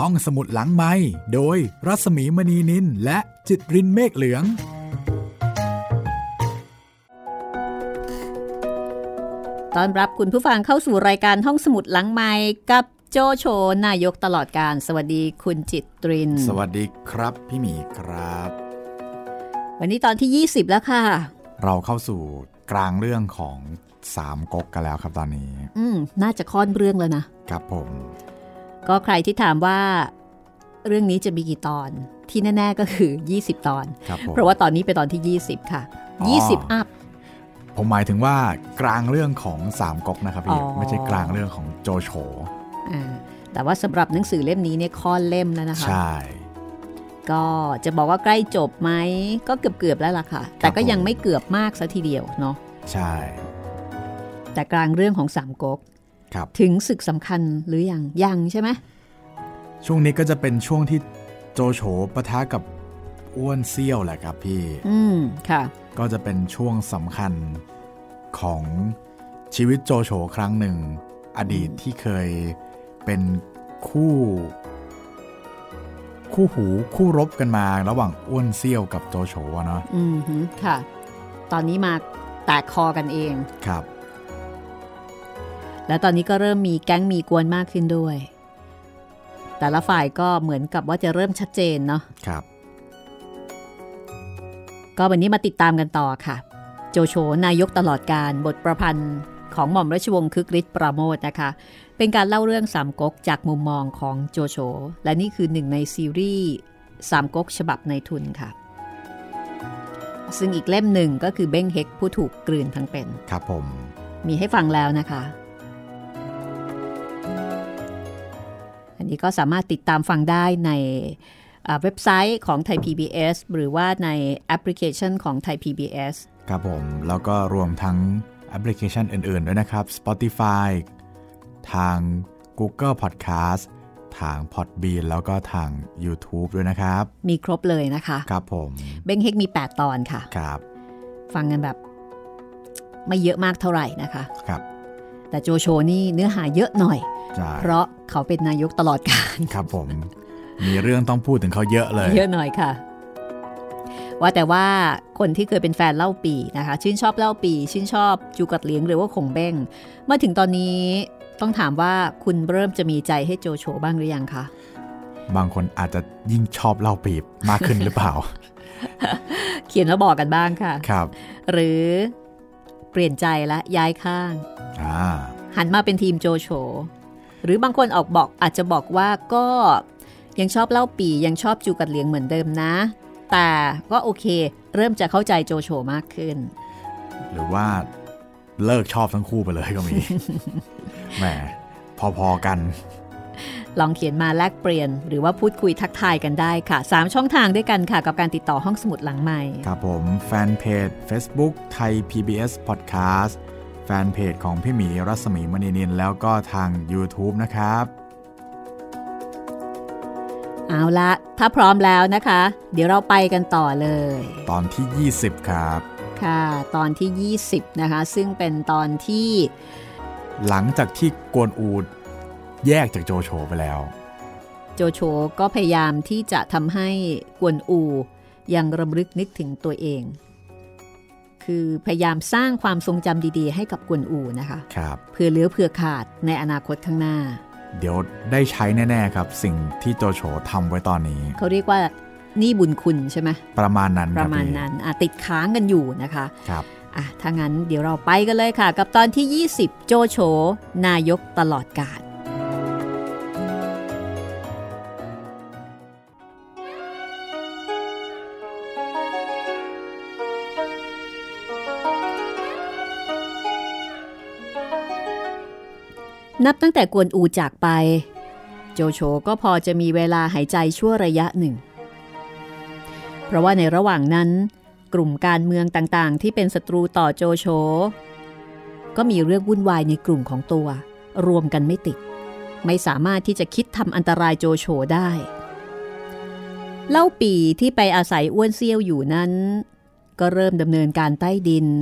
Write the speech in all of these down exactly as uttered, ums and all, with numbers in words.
ห้องสมุดหลังไมค์โดยรัศมีมณีนินและจิตรินเมฆเหลืองต้อนรับคุณผู้ฟังเข้าสู่รายการห้องสมุดหลังไมค์กับโจโฉนายกตลอดการสวัสดีคุณจิตรินสวัสดีครับพี่หมีครับวันนี้ตอนที่ยี่สิบแล้วค่ะเราเข้าสู่กลางเรื่องของสามก๊กกันแล้วครับตอนนี้อืมน่าจะค่อนเรื่องแล้วนะครับผมก็ใครที่ถามว่าเรื่องนี้จะมีกี่ตอนที่แน่ๆก็คือยี่สิบตอนเพราะว่าตอนนี้เป็นตอนที่ยี่สิบค่ะยี่สิบอัพผมหมายถึงว่ากลางเรื่องของสามก๊กนะครับพี่ไม่ใช่กลางเรื่องของโจโฉอ่าแต่ว่าสำหรับหนังสือเล่มนี้เนี่ยค่อนเล่มแล้วนะคะใช่ก็จะบอกว่าใกล้จบไหมก็เกือบๆแล้วล่ะค่ะแต่ก็ยังไม่เกือบมากซะทีเดียวเนาะใช่แต่กลางเรื่องของสามก๊กถึงศึกสำคัญหรือยังยังใช่ไหมช่วงนี้ก็จะเป็นช่วงที่โจโฉปะทะกับอ้วนเซี่ยวแหละครับพี่อืมค่ะก็จะเป็นช่วงสำคัญของชีวิตโจโฉครั้งหนึ่งอดีตที่เคยเป็นคู่คู่หูคู่รบกันมาระหว่างอ้วนเซี่ยวกับโจโฉเนาะอืมค่ะตอนนี้มาแตกคอกันเองครับแล้วตอนนี้ก็เริ่มมีแก๊งมีกวนมากขึ้นด้วยแต่ละฝ่ายก็เหมือนกับว่าจะเริ่มชัดเจนเนาะครับก็วันนี้มาติดตามกันต่อค่ะโจโฉนายกตลอดการบทประพันธ์ของหม่อมราชวงศ์คึกฤทธิ์ปราโมชนะคะเป็นการเล่าเรื่องสามก๊กจากมุมมองของโจโฉและนี่คือหนึ่งในซีรีส์สามก๊กฉบับในทุนค่ะซึ่งอีกเล่มหนึ่งก็คือเบ้งเฮกผู้ถูกกลืนทั้งเป็นครับผมมีให้ฟังแล้วนะคะอันนี้ก็สามารถติดตามฟังได้ในเว็บไซต์ของไทย พี บี เอส หรือว่าในแอปพลิเคชันของไทย พี บี เอสครับผมแล้วก็รวมทั้งแอปพลิเคชันอื่นๆด้วยนะครับ Spotify ทาง Google Podcast ทาง Podbean แล้วก็ทาง YouTube ด้วยนะครับมีครบเลยนะคะครับผมเบ้งเฮกมีแปดตอนค่ะครับฟังกันแบบไม่เยอะมากเท่าไหร่นะคะครับแต่โจโฉนี่เนื้อหาเยอะหน่อยเพราะเขาเป็นนายกตลอดกาลครับผมมีเรื่องต้องพูดถึงเขาเยอะเลยเยอะหน่อยค่ะว่าแต่ว่าคนที่เคยเป็นแฟนเล่าปีนะคะชื่นชอบเล่าปีชื่นชอบจูกัดเหลียงหรือว่าคงเบ้งเมื่อถึงตอนนี้ต้องถามว่าคุณเริ่มจะมีใจให้โจโฉบ้างหรือยังคะบางคนอาจจะยิ่งชอบเล่าปีมากขึ้นหรือเปล่าเขียนแล้วบอกกันบ้างค่ะครับหรือเปลี่ยนใจและย้ายข้างหันมาเป็นทีมโจโฉหรือบางคนออกบอกอาจจะบอกว่าก็ยังชอบเล่าปียังชอบจูกัดเหลียงเหมือนเดิมนะแต่ก็โอเคเริ่มจะเข้าใจโจโฉมากขึ้นหรือว่าเลิกชอบทั้งคู่ไปเลยก็มี แหมพอๆกันลองเขียนมาแลกเปลี่ยนหรือว่าพูดคุยทักทายกันได้ค่ะสามช่องทางด้วยกันค่ะกับการติดต่อห้องสมุดหลังใหม่ครับผมแฟนเพจ Facebook ไทย พี บี เอส Podcast แฟนเพจของพี่หมีรัศมีมณีนินแล้วก็ทาง YouTube นะครับเอาละถ้าพร้อมแล้วนะคะเดี๋ยวเราไปกันต่อเลยตอนที่ยี่สิบครับค่ะตอนที่ยี่สิบนะคะซึ่งเป็นตอนที่หลังจากที่กวนอูแยกจากโจโฉไปแล้วโจโฉก็พยายามที่จะทำให้กวนอูยังรำลึกนึกถึงตัวเองคือพยายามสร้างความทรงจำดีๆให้กับกวนอูนะคะครับเพื่อเหลือเพื่อขาดในอนาคตข้างหน้าเดี๋ยวได้ใช้แน่ๆครับสิ่งที่โจโฉทำไว้ตอนนี้เขาเรียกว่านี่บุญคุณใช่ไหมประมาณนั้นประมาณนั้นติดค้างกันอยู่นะคะครับอ่ะถ้างั้นเดี๋ยวเราไปกันเลยค่ะกับตอนที่ยี่สิบโจโฉนายกตลอดกาลนับตั้งแต่กวนอูจากไปโจโฉก็พอจะมีเวลาหายใจชั่วระยะหนึ่งเพราะว่าในระหว่างนั้นกลุ่มการเมืองต่างๆที่เป็นศัตรูต่อโจโฉก็มีเรื่องวุ่นวายในกลุ่มของตัวรวมกันไม่ติดไม่สามารถที่จะคิดทำอันตรายโจโฉได้เล่าปี่ที่ไปอาศัยอ้วนเซี่ยวอยู่นั้นก็เริ่มดำเนินการใต้ดิน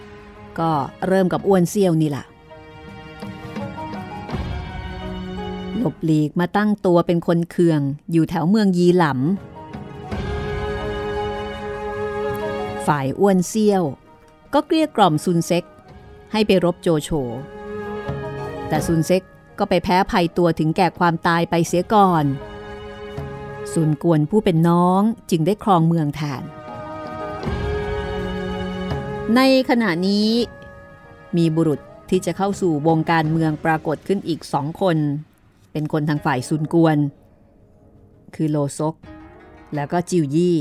ก็เริ่มกับอ้วนเซี่ยวนี่แหละหลบหลีกมาตั้งตัวเป็นคนเคืองอยู่แถวเมืองยีหลำฝ่ายอ้วนเซี่ยวก็เกลี้ยกล่อมซุนเซ็กให้ไปรบโจโฉแต่ซุนเซ็กก็ไปแพ้ภัยตัวถึงแก่ความตายไปเสียก่อนซุนกวนผู้เป็นน้องจึงได้ครองเมืองแทนในขณะนี้มีบุรุษที่จะเข้าสู่วงการเมืองปรากฏขึ้นอีกสองคนเป็นคนทางฝ่ายซุนกวนคือโลซกแล้วก็จิวยี่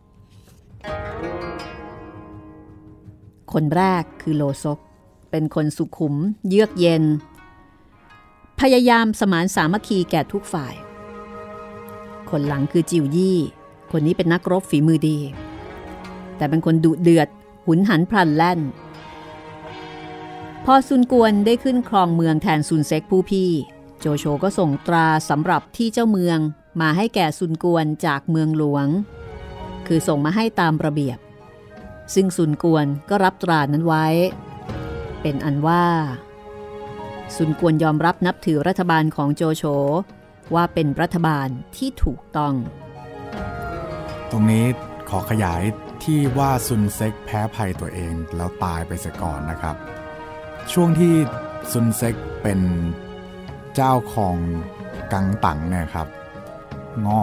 คนแรกคือโลซกเป็นคนสุขุมเยือกเย็นพยายามสมานสามัคคีแก่ทุกฝ่ายคนหลังคือจิวยี่คนนี้เป็นนักรบฝีมือดีแต่เป็นคนดุเดือดหุนหันพลันแล่นพอซุนกวนได้ขึ้นครองเมืองแทนซุนเซ็กผู้พี่โจโฉก็ส่งตราสำหรับที่เจ้าเมืองมาให้แก่ซุนกวนจากเมืองหลวงคือส่งมาให้ตามระเบียบซึ่งซุนกวนก็รับตรานั้นไว้เป็นอันว่าซุนกวนยอมรับนับถือรัฐบาลของโจโฉว่าเป็นรัฐบาลที่ถูกต้องตรงนี้ขอขยายที่ว่าซุนเซ็กแพ้ภัยตัวเองแล้วตายไปเสียก่อนนะครับช่วงที่ซุนเซ็กเป็นเจ้าของกังตังเนี่ยครับง่อ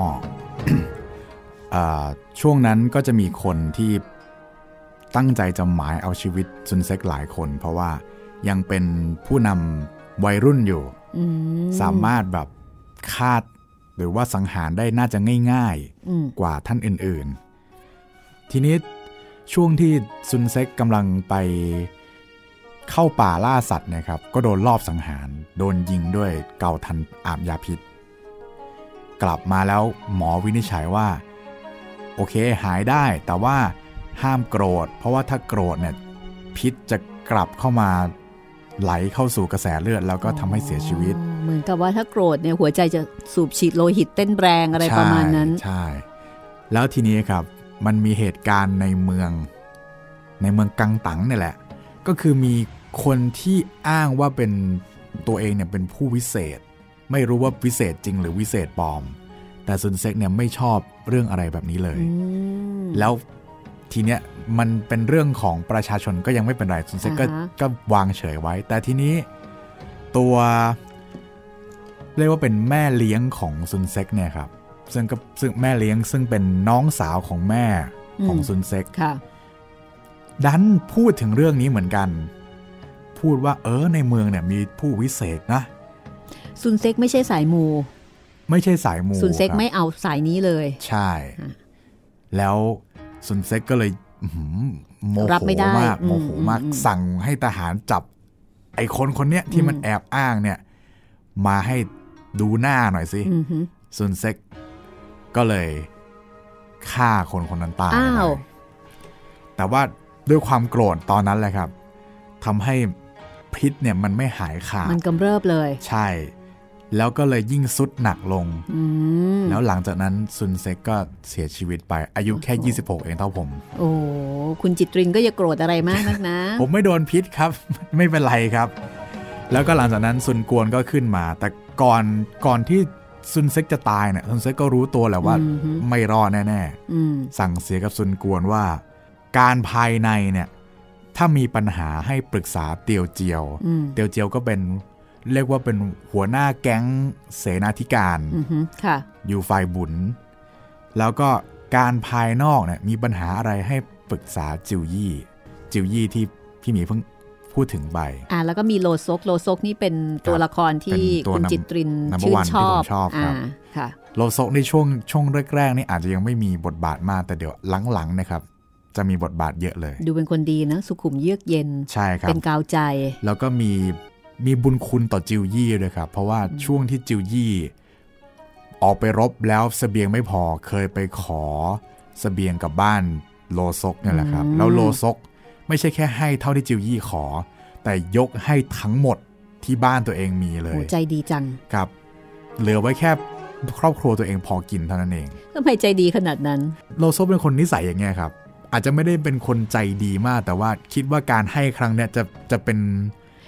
ช่วงนั้นก็จะมีคนที่ตั้งใจจะหมายเอาชีวิตซุนเซ็กหลายคนเพราะว่ายังเป็นผู้นำวัยรุ่นอยู่สามารถแบบคาดหรือว่าสังหารได้น่าจะง่ายๆกว่าท่านอื่นๆทีนี้ช่วงที่ซุนเซ็กกำลังไปเข้าป่าล่าสัตว์นะครับก็โดนลอบสังหารโดนยิงด้วยเกาทันอาบยาพิษกลับมาแล้วหมอวินิจฉัยว่าโอเคหายได้แต่ว่าห้ามโกรธเพราะว่าถ้าโกรธเนี่ยพิษจะกลับเข้ามาไหลเข้าสู่กระแสเลือดแล้วก็ทำให้เสียชีวิตเหมือนกับว่าถ้าโกรธเนี่ยหัวใจจะสูบฉีดโลหิตเต้นแรงอะไรประมาณนั้นใช่แล้วทีนี้ครับมันมีเหตุการณ์ในเมืองในเมืองกังตังเนี่ยแหละก็คือมีคนที่อ้างว่าเป็นตัวเองเนี่ยเป็นผู้วิเศษไม่รู้ว่าวิเศษจริงหรือวิเศษปลอมแต่ซุนเซ็กเนี่ยไม่ชอบเรื่องอะไรแบบนี้เลยแล้วทีเนี้ยมันเป็นเรื่องของประชาชนก็ยังไม่เป็นไรซุนเซ็กก็ก็วางเฉยไว้แต่ทีนี้ตัวเรียกว่าเป็นแม่เลี้ยงของซุนเซ็กเนี่ยครับซึ่งก็ซึ่งแม่เลี้ยงซึ่งเป็นน้องสาวของแม่ของซุนเซ็กดันพูดถึงเรื่องนี้เหมือนกันพูดว่าเออในเมืองเนี่ยมีผู้วิเศษนะซุนเซ็กไม่ใช่สายมูไม่ใช่สายมูซุนเซ็กไม่เอาสายนี้เลยใช่แล้วซุนเซ็กก็เลยโมโหมากโมโหมากสั่งให้ทหารจับไอ้คนคนเนี้ยที่มันแอบอ้างเนี่ยมาให้ดูหน้าหน่อยสิซุนเซ็กก็เลยฆ่าคนคนนั้นตายเลยแต่ว่าด้วยความโกรธตอนนั้นแหละครับทำให้พิษเนี่ยมันไม่หายขาดมันกำเริบเลยใช่แล้วก็เลยยิ่งสุดหนักลงแล้วหลังจากนั้นซุนเซ็กก็เสียชีวิตไปอายุแค่ยี่สิบหกเองเท่าผมโอ้คุณจิตรินก็อย่าโกรธอะไรมากนักนะผมไม่โดนพิษครับไม่เป็นไรครับแล้วก็หลังจากนั้นซุนกวนก็ขึ้นมาแต่ก่อนก่อนที่ซุนเซ็กจะตายเนี่ยซุนเซ็กก็รู้ตัวแหละว่าไม่รอดแน่ๆสั่งเสียกับซุนกวนว่าการภายในเนี่ยถ้ามีปัญหาให้ปรึกษาเตียวเจียวเตียวเจียวก็เป็นเรียกว่าเป็นหัวหน้าแก๊งเสนาธิการอยู่ฝ่ายบุญแล้วก็การภายนอกเนี่ยมีปัญหาอะไรให้ปรึกษาจิวยี่จิวยี่ที่พี่หมีเพิ่งพูดถึงไปอ่าแล้วก็มีโลซกโลซกนี่เป็นตัวละครที่คุณจิตรินชื่นชอบชอบครับโลซกในช่วงช่วงแรกๆนี่อาจจะยังไม่มีบทบาทมากแต่เดี๋ยวหลังๆนะครับจะมีบทบาทเยอะเลยดูเป็นคนดีนะสุขุมเยือกเย็นใช่ครับเป็นกาวใจแล้วก็มีมีบุญคุณต่อจิวยี่ด้วยครับเพราะว่าช่วงที่จิวยี่ออกไปรบแล้วเสบียงไม่พอเคยไปขอเสบียงกับบ้านโลซกนี่แหละครับแล้วโลซกไม่ใช่แค่ให้เท่าที่จิวยี่ขอแต่ยกให้ทั้งหมดที่บ้านตัวเองมีเลยใจดีจังครับเหลือไว้แค่ครอบครัวตัวเองพอกินเท่านั้นเองทำไมใจดีขนาดนั้นโลซกเป็นคนนิสัยอย่างเงี้ยครับอาจจะไม่ได้เป็นคนใจดีมากแต่ว่าคิดว่าการให้ครั้งเนี้ยจะจะเป็น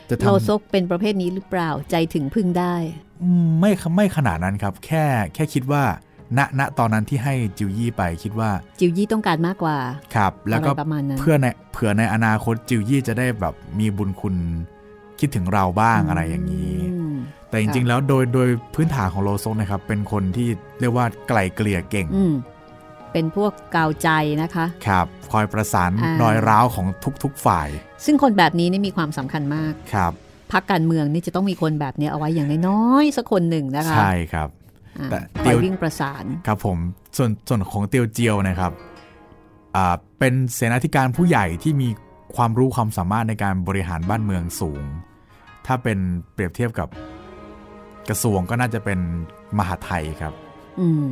จะทำโลซกเป็นประเภทนี้หรือเปล่าใจถึงพึ่งได้ไม่ไม่ขนาดนั้นครับแค่แค่คิดว่าณณตอนนั้นที่ให้จิวยี่ไปคิดว่าจิวยี่ต้องการมากกว่าครับแล้วก็เพื่อในเผื่อในอนาคตจิวยี่จะได้แบบมีบุญคุณคิดถึงเราบ้างอะไรอย่างนี้แต่จริงๆแล้วโดยโดยพื้นฐานของโลซกนะครับเป็นคนที่เรียกว่าไกล่เกลี่ยเก่งเป็นพวกกาวใจนะคะครับคอยประสานรอยร้าวของทุกๆฝ่ายซึ่งคนแบบนี้นี่มีความสำคัญมากครับพรรคการเมืองนี่จะต้องมีคนแบบนี้เอาไว้อย่างน้อยๆสักคนหนึ่งนะคะใช่ครับแต่เตียววิ่งประสานครับผมส่วนส่วนของเตียวเจียวนะครับอ่าเป็นเสนาธิการผู้ใหญ่ที่มีความรู้ความสามารถในการบริหารบ้านเมืองสูงถ้าเป็นเปรียบเทียบกับกระทรวงก็น่าจะเป็นมหาดไทยครับอืม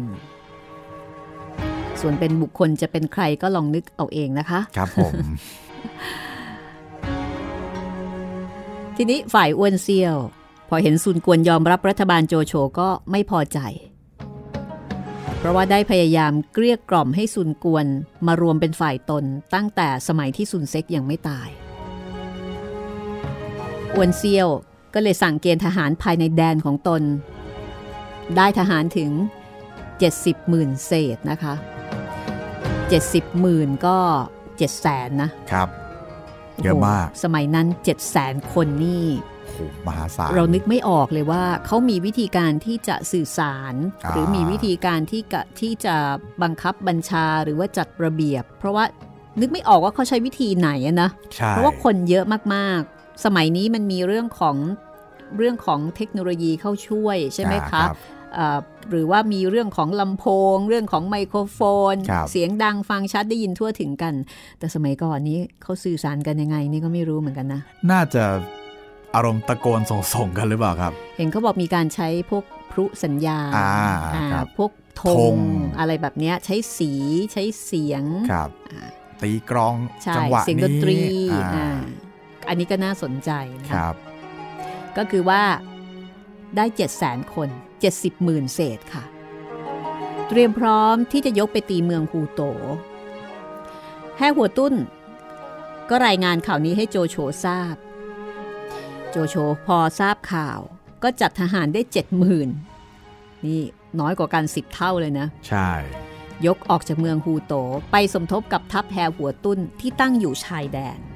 ส่วนเป็นบุคคลจะเป็นใครก็ลองนึกเอาเองนะคะครับผมทีนี้ฝ่ายอ้วนเซี่ยวพอเห็นซุนกวนยอมรับรัฐบาลโจโฉก็ไม่พอใจเพราะว่าได้พยายามเกลี้ยกล่อมให้ซุนกวนมารวมเป็นฝ่ายตนตั้งแต่สมัยที่ซุนเซ็กยังไม่ตายอ้วนเซี่ยวก็เลยสั่งเกณฑ์ทหารภายในแดนของตนได้ทหารถึงเจ็ดสิบหมื่นเศษนะคะเจ็ดสิบหมื่นก็เจ็ดแสนนะครับเยอะมากสมัยนั้นเจ็ดแสนคนนี่โหมหาศาลเรานึกไม่ออกเลยว่าเขามีวิธีการที่จะสื่อสารหรือมีวิธีการที่กะที่จะบังคับบัญชาหรือว่าจัดระเบียบเพราะว่านึกไม่ออกว่าเขาใช้วิธีไหนนะเพราะว่าคนเยอะมากๆสมัยนี้มันมีเรื่องของเรื่องของเทคโนโลยีเข้าช่วยใช่ไหมคะหรือว่ามีเรื่องของลำโพงเรื่องของไมโครโฟนเสียงดังฟังชัดได้ยินทั่วถึงกันแต่สมัยก่อนนี้เขาสื่อสารกันยังไงนี่ก็ไม่รู้เหมือนกันนะน่าจะอารมณ์ตะโกนส่งๆกันหรือเปล่าครับเห็นเขาบอกมีการใช้พวกพลุสัญญาณพวกธงอะไรแบบนี้ใช้สีใช้เสียงตีกลองจังหวะนี้เสียงดนตรี อ, อันนี้ก็น่าสนใจนะครับก็คือว่าได้เจ็ดแสนคนเจ็ดสิบหมื่นเศษค่ะเตรียมพร้อมที่จะยกไปตีเมืองฮูโตแฮ่หัวตุ้นก็รายงานข่าวนี้ให้โจโฉทราบโจโฉพอทราบข่าวก็จัดทหารได้ เจ็ดหมื่น นี่น้อยกว่ากันสิบเท่าเลยนะใช่ยกออกจากเมืองฮูโตไปสมทบกับทัพแฮ่หัวตุ้นที่ตั้งอยู่ชายแดน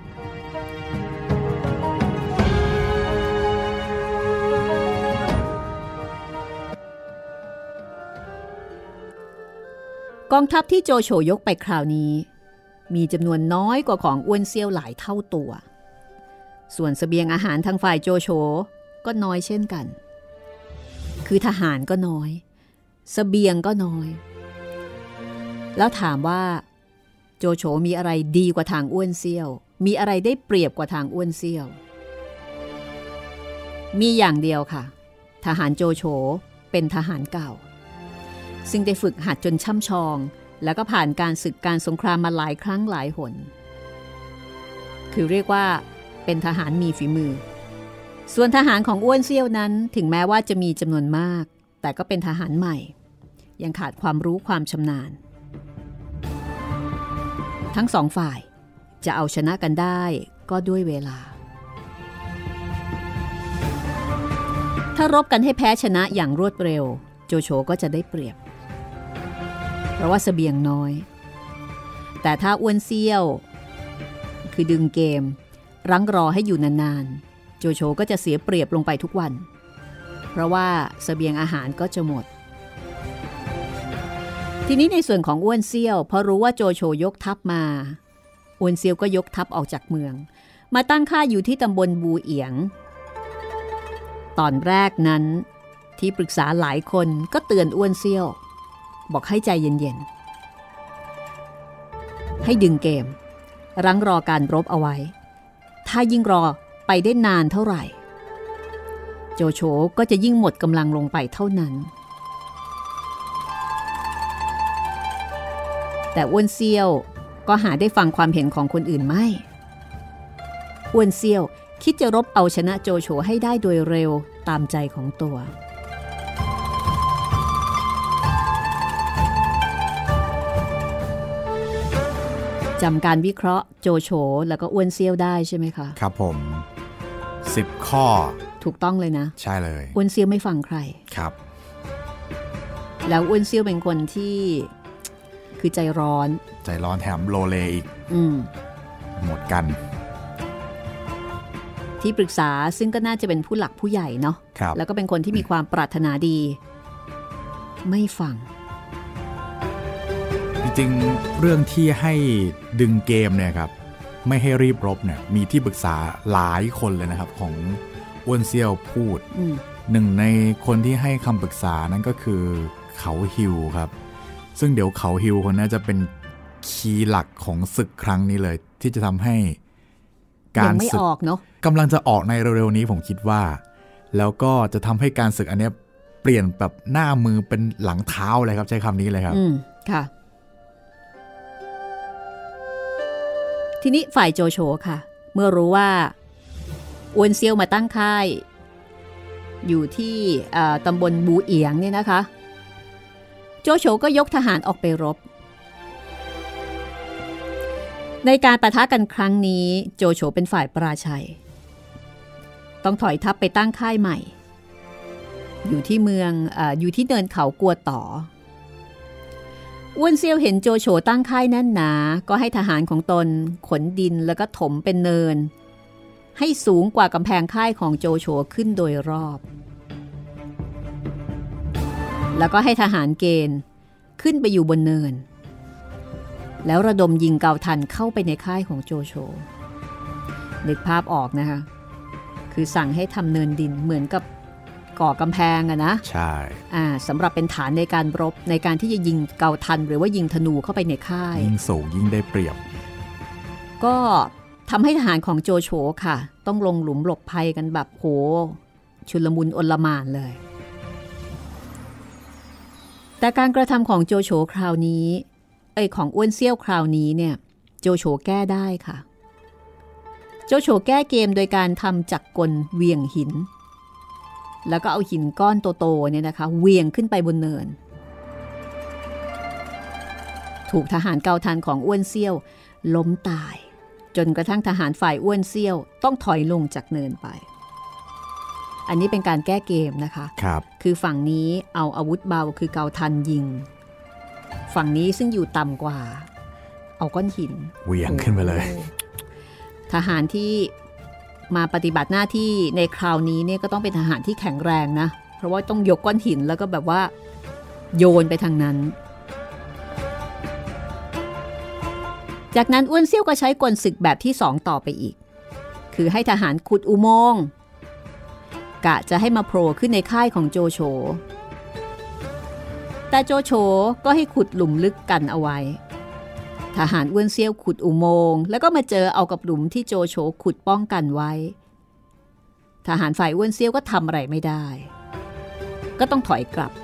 กองทัพที่โจโฉยกไปคราวนี้มีจำนวนน้อยกว่าของอ้วนเซี่ยวหลายเท่าตัวส่วนเสบียงอาหารทางฝ่ายโจโฉก็น้อยเช่นกันคือทหารก็น้อยเสบียงก็น้อยแล้วถามว่าโจโฉมีอะไรดีกว่าทางอ้วนเซี่ยวมีอะไรได้เปรียบกว่าทางอ้วนเซี่ยวมีอย่างเดียวค่ะทหารโจโฉเป็นทหารเก่าซึ่งได้ฝึกหัดจนช่ำชองแล้วก็ผ่านการศึกการสงครามมาหลายครั้งหลายหนคือเรียกว่าเป็นทหารมีฝีมือส่วนทหารของอ้วนเซี่ยวนั้นถึงแม้ว่าจะมีจำนวนมากแต่ก็เป็นทหารใหม่ยังขาดความรู้ความชำนาญทั้งสองฝ่ายจะเอาชนะกันได้ก็ด้วยเวลาถ้ารบกันให้แพ้ชนะอย่างรวดเร็วโจโฉก็จะได้เปรียบเพราะว่าเสบียงน้อยแต่ถ้าอ้วนเซี่ยวคือดึงเกมรั้งรอให้อยู่นานๆโจโฉก็จะเสียเปรียบลงไปทุกวันเพราะว่าเสบียงอาหารก็จะหมดทีนี้ในส่วนของอ้วนเซี่ยวพอรู้ว่าโจโฉยกทัพมาอ้วนเซี่ยวก็ยกทัพออกจากเมืองมาตั้งค่ายอยู่ที่ตำบลบูเอียงตอนแรกนั้นที่ปรึกษาหลายคนก็เตือนอ้วนเซี่ยวบอกให้ใจเย็นๆให้ดึงเกมรั้งรอการรบเอาไว้ถ้ายิ่งรอไปได้นานเท่าไหร่โจโฉก็จะยิ่งหมดกำลังลงไปเท่านั้นแต่อ้วนเซี่ยวก็หาได้ฟังความเห็นของคนอื่นไม่อ้วนเซี่ยวคิดจะรบเอาชนะโจโฉให้ได้โดยเร็วตามใจของตัวจำการวิเคราะห์โจโฉแล้วก็อ้วนเซี่ยวได้ใช่ไหมคะครับผมสิบข้อถูกต้องเลยนะใช่เลยอ้วนเซี่ยวไม่ฟังใครครับแล้วอ้วนเซี่ยวเป็นคนที่คือใจร้อนใจร้อนแถมโลเลอีกอืมหมดกันที่ปรึกษาซึ่งก็น่าจะเป็นผู้หลักผู้ใหญ่เนาะแล้วก็เป็นคนที่มีความปรารถนาดีไม่ฟังจริงๆเรื่องที่ให้ดึงเกมเนี่ยครับไม่ให้รีบรบเนี่ยมีที่ปรึกษาหลายคนเลยนะครับของอ้วนเซี่ยวพูดหนึ่งในคนที่ให้คำปรึกษานั้นก็คือเขาฮิวครับซึ่งเดี๋ยวเขาฮิวคนนี้จะเป็นคีย์หลักของศึกครั้งนี้เลยที่จะทำให้การศึกกำลังจะออกในเร็วๆนี้ผมคิดว่าแล้วก็จะทำให้การศึกอันนี้เปลี่ยนแบบหน้ามือเป็นหลังเท้าเลยครับใช้คำนี้เลยครับอืมค่ะทีนี้ฝ่ายโจโฉค่ะเมื่อรู้ว่าอ้วนเซียวมาตั้งค่ายอยู่ที่ตำบลบูเอียงเนี่ยนะคะโจโฉก็ยกทหารออกไปรบในการปะทะกันครั้งนี้โจโฉเป็นฝ่ายปราชัยต้องถอยทัพไปตั้งค่ายใหม่อยู่ที่เมืองอ่าอยู่ที่เนินเขากัวต่ออ้วนเซียวเห็นโจโฉตั้งค่ายแน่นหนาก็ให้ทหารของตนขนดินแล้วก็ถมเป็นเนินให้สูงกว่ากำแพงค่ายของโจโฉขึ้นโดยรอบแล้วก็ให้ทหารเกณฑ์ขึ้นไปอยู่บนเนินแล้วระดมยิงเกาทันเข้าไปในค่ายของโจโฉนึกภาพออกนะคะคือสั่งให้ทำเนินดินเหมือนกับก่อกำแพงอะนะใช่อ่าสำหรับเป็นฐานในการรบในการที่จะยิงเกาทันหรือว่ายิงธนูเข้าไปในค่ายยิ่งสูงยิ่งได้เปรียบก็ทำให้ทหารของโจโฉค่ะต้องลงหลุมหลบภัยกันแบบโหชุลมุนอลหม่านเลยแต่การกระทำของโจโฉคราวนี้เอ้ยของอ้วนเซี่ยวคราวนี้เนี่ยโจโฉแก้ได้ค่ะโจโฉแก้เกมโดยการทำจักรกลเวียงหินแล้วก็เอาหินก้อนโตๆเนี่ยนะคะเวียงขึ้นไปบนเนินถูกทหารเกาทันของอ้วนเซี่ยวล้มตายจนกระทั่งทหารฝ่ายอ้วนเซี่ยวต้องถอยลงจากเนินไปอันนี้เป็นการแก้เกมนะคะครับคือฝั่งนี้เอาอาวุธเบาคือเกาทันยิงฝั่งนี้ซึ่งอยู่ต่ำกว่าเอาก้อนหินเวียงขึ้นไปเลยทหารที่มาปฏิบัติหน้าที่ในคราวนี้เนี่ยก็ต้องเป็นทหารที่แข็งแรงนะเพราะว่าต้องยกก้อนหินแล้วก็แบบว่าโยนไปทางนั้นจากนั้นอ้วนเซี่ยวก็ใช้กลศึกแบบที่สองต่อไปอีกคือให้ทหารขุดอุโมงค์กะจะให้มาโผล่ขึ้นในค่ายของโจโฉแต่โจโฉก็ให้ขุดหลุมลึกกันเอาไว้ทหารอ้วนเซี่ยวขุดอุโมงค์แล้วก็มาเจอเอากับหลุมที่โจโฉขุดป้องกันไว้ทหารฝ่ายอ้วนเซี่ยวก็ทำอะไรไม่ได้ก็ต้องถอยกลับ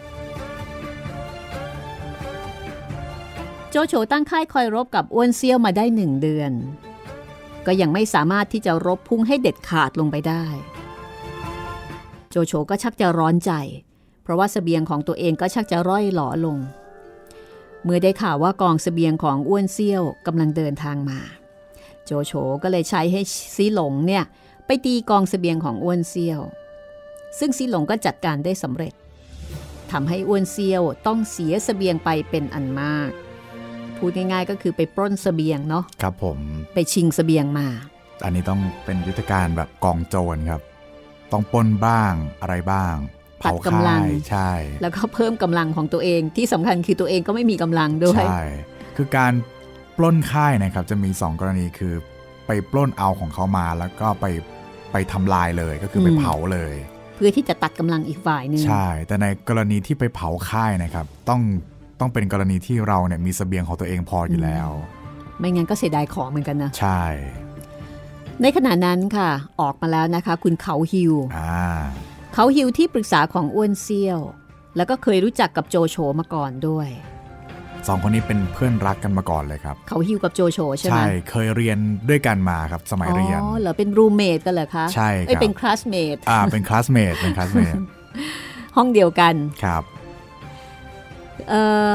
โจโฉตั้งค่ายคอยรบกับอ้วนเซี่ยวมาได้หนึ่งเดือนก็ยังไม่สามารถที่จะรบพุ่งให้เด็ดขาดลงไปได้โจโฉก็ชักจะร้อนใจเพราะว่าเสบียงของตัวเองก็ชักจะร่อยหลอลงเมื่อได้ข่าวว่ากองเสบียงของอ้วนเซี่ยวกำลังเดินทางมาโจโฉก็เลยใช้ให้ซีหลงเนี่ยไปตีกองเสบียงของอ้วนเซี่ยวซึ่งซีหลงก็จัดการได้สำเร็จทำให้อ้วนเซี่ยวต้องเสียเสบียงไปเป็นอันมากพูดง่ายๆก็คือไปปล้นเสบียงเนาะครับผมไปชิงเสบียงมาอันนี้ต้องเป็นยุทธการแบบกองโจรครับต้องปล้นบ้างอะไรบ้างตัดกำลังใช่แล้วก็เพิ่มกำลังของตัวเองที่สำคัญคือตัวเองก็ไม่มีกำลังด้วยใช่คือการปล้นค่ายนะครับจะมีสองกรณีคือไปปล้นเอาของเขามาแล้วก็ไปไปทำลายเลยก็คือไปเผาเลยเพื่อที่จะตัดกำลังอีกฝ่ายนึงใช่แต่ในกรณีที่ไปเผาค่ายนะครับต้องต้องเป็นกรณีที่เราเนี่ยมีเสบียงของตัวเองพออยู่แล้วไม่งั้นก็เสียดายของเหมือนกันนะใช่ในขณะนั้นค่ะออกมาแล้วนะคะคุณเขาฮิวเขาฮิวที่ปรึกษาของอ้วนเซี่ยวแล้วก็เคยรู้จักกับโจโฉมาก่อนด้วยสองคนนี้เป็นเพื่อนรักกันมาก่อนเลยครับเขาฮิวกับโจโฉใช่ไหมใช่เคยเรียนด้วยกันมาครับสมัยเรียนอ๋อเหรอเป็นรูมเมทกันเหรอคะใช่ครับเป็นคลาสเมทอ่าเป็นคลาสเมทเป็นคลาสเมทห้องเดียวกันครับเออ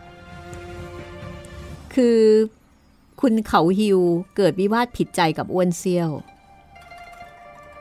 คือคุณเขาฮิวเกิดวิวาทผิดใจกับอ้วนเซี่ยว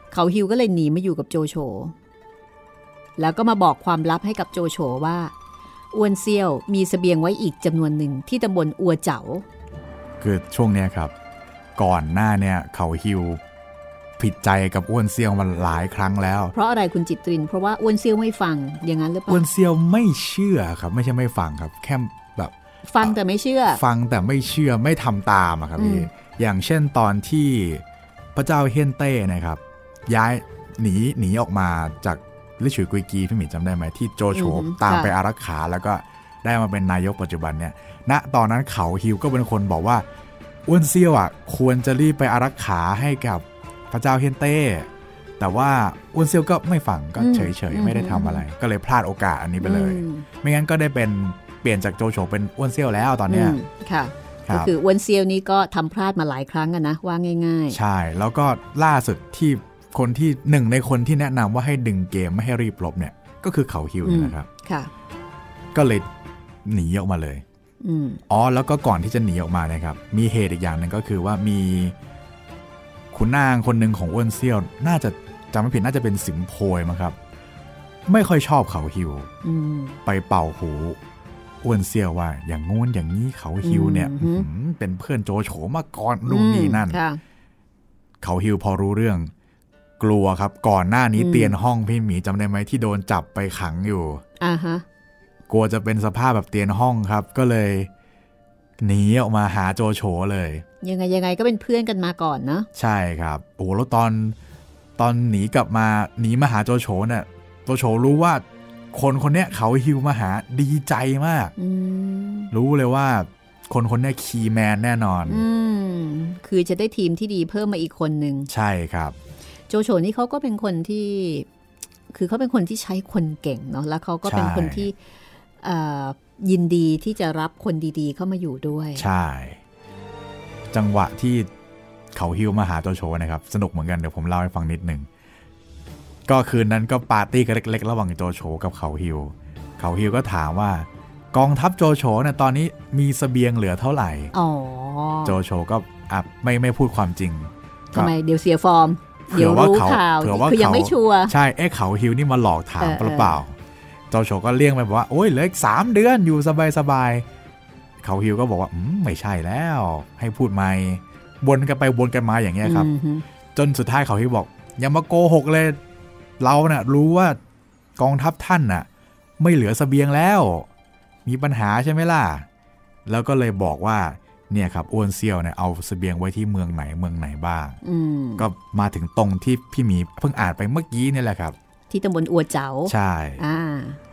เขาฮิวก็เลยหนีมาอยู่กับโจโฉแล้วก็มาบอกความลับให้กับโจโฉว่าอ้วนเซี่ยวมีเสบียงไว้อีกจำนวนหนึ่งที่ตำบลอัวเจ๋าคือช่วงนี้ครับก่อนหน้าเนี่ยเขาฮิวผิดใจกับอ้วนเซี่ยวมาหลายครั้งแล้วเพราะอะไรคุณจิตรินเพราะว่าอ้วนเซี่ยวไม่ฟังอย่างนั้นหรือเปล่าอ้วนเซี่ยวไม่เชื่อครับไม่ใช่ไม่ฟังครับแค่แบบฟังแต่ไม่เชื่อฟังแต่ไม่เชื่อไม่ทำตามอะครับพี่อย่างเช่นตอนที่พระเจ้าเฮียนเต้นะครับย้ายหนีหนีออกมาจากลิฉุยกุยกีพี่หมีจำได้ไหมที่โจโฉตามไปอารักขาแล้วก็ได้มาเป็นนายกปัจจุบันเนี่ยณตอนนั้นเขาฮิวก็เป็นคนบอกว่าอ้วนเซี่ยวอ่ะควรจะรีบไปอารักขาให้กับพระเจ้าเฮียนเต้แต่ว่าอ้วนเซี่ยวก็ไม่ฟังก็เฉยๆไม่ได้ทำอะไรก็เลยพลาดโอกาสอันนี้ไปเลยไม่งั้นก็ได้เป็นเปลี่ยนจากโจโฉเป็นอ้วนเซี่ยวแล้วตอนเนี้ยค่ะก็คืออ้วนเซี่ยวนี่ก็ทำพลาดมาหลายครั้งกันนะว่าง่ายๆใช่แล้วก็ล่าสุดที่คนที่หนึ่งในคนที่แนะนำว่าให้ดึงเกมไม่ให้รีบลบเนี่ยก็คือเขาฮิวนี่นะครับค่ะก็เลยหนีออกมาเลยอ๋อแล้วก็ก่อนที่จะหนีออกมานะครับมีเหตุอีกอย่างหนึ่งก็คือว่ามีขุนนางคนหนึ่งของอ้วนเซี่ยวน่าจะจำไม่ผิดน่าจะเป็นสิมโพยมั้งครับไม่ค่อยชอบเขาฮิวไปเป่าหูอ้วนเซี่ยวว่าอย่างงู้นอย่างนี้เขาฮิวเนี่ยเป็นเพื่อนโจโฉมาก่อนนู่นนี่นั่นเขาฮิวพอรู้เรื่องกลัวครับก่อนหน้านี้เตียนห้องพี่หมีจำได้ไหมที่โดนจับไปขังอยู่อ่าฮะกลัวจะเป็นสภาพแบบเตียนห้องครับก็เลยหนีออกมาหาโจโฉเลยยังไงยังไงก็เป็นเพื่อนกันมาก่อนเนาะใช่ครับโอ้แล้วตอนตอนหนีกลับมาหนีมาหาโจโฉเนี่ยโจโฉรู้ว่าคนคนนี้เขาฮิวมาหาดีใจมากรู้เลยว่าคนคนนี้คีย์แมนแน่นอนอืมคือจะได้ทีมที่ดีเพิ่มมาอีกคนนึงใช่ครับโจโฉนี่เขาก็เป็นคนที่คือเขาเป็นคนที่ใช้คนเก่งเนาะแล้วเขาก็เป็นคนที่ยินดีที่จะรับคนดีๆเข้ามาอยู่ด้วยใช่จังหวะที่เขาฮิวมาหาโจโฉนะครับสนุกเหมือนกันเดี๋ยวผมเล่าให้ฟังนิดนึงก็คืนนั้นก็ปาร์ตี้กันเล็กๆระหว่างโจโฉกับเขาฮิวเขาฮิวก็ถามว่ากองทัพโจโฉเนี่ยตอนนี้มีเสบียงเหลือเท่าไหร่อ๋อโจโฉก็อ่ะไม่ไม่พูดความจริงทำไมเดี๋ยวเสียฟอร์มเดี๋ยวรู้ข่าวคือยังไม่ชัวร์ใช่ไอ้เขาฮิวนี่มาหลอกถามเปล่าโจโฉก็เลี่ยงไปบอกว่าโอ้ยเหลืออีกสามเดือนอยู่สบายๆเขาฮิวก็บอกว่าอืมไม่ใช่แล้วให้พูดใหม่วนกันไปวนกันมาอย่างเงี้ยครับจนสุดท้ายเขาฮิวบอกอย่ามาโกหกเลยเราเน่ะรู้ว่ากองทัพท่านน่ะไม่เหลือเสบียงแล้วมีปัญหาใช่ไหมล่ะแล้วก็เลยบอกว่าเนี่ยครับอ้วนเซี่ยวเนี่ยเอาเสบียงไว้ที่เมืองไหนเมืองไหนบ้างก็มาถึงตรงที่พี่หมีเพิ่งอ่านไปเมื่อกี้นี่แหละครับที่ตำบลอัวเจ๋าใช่อ่า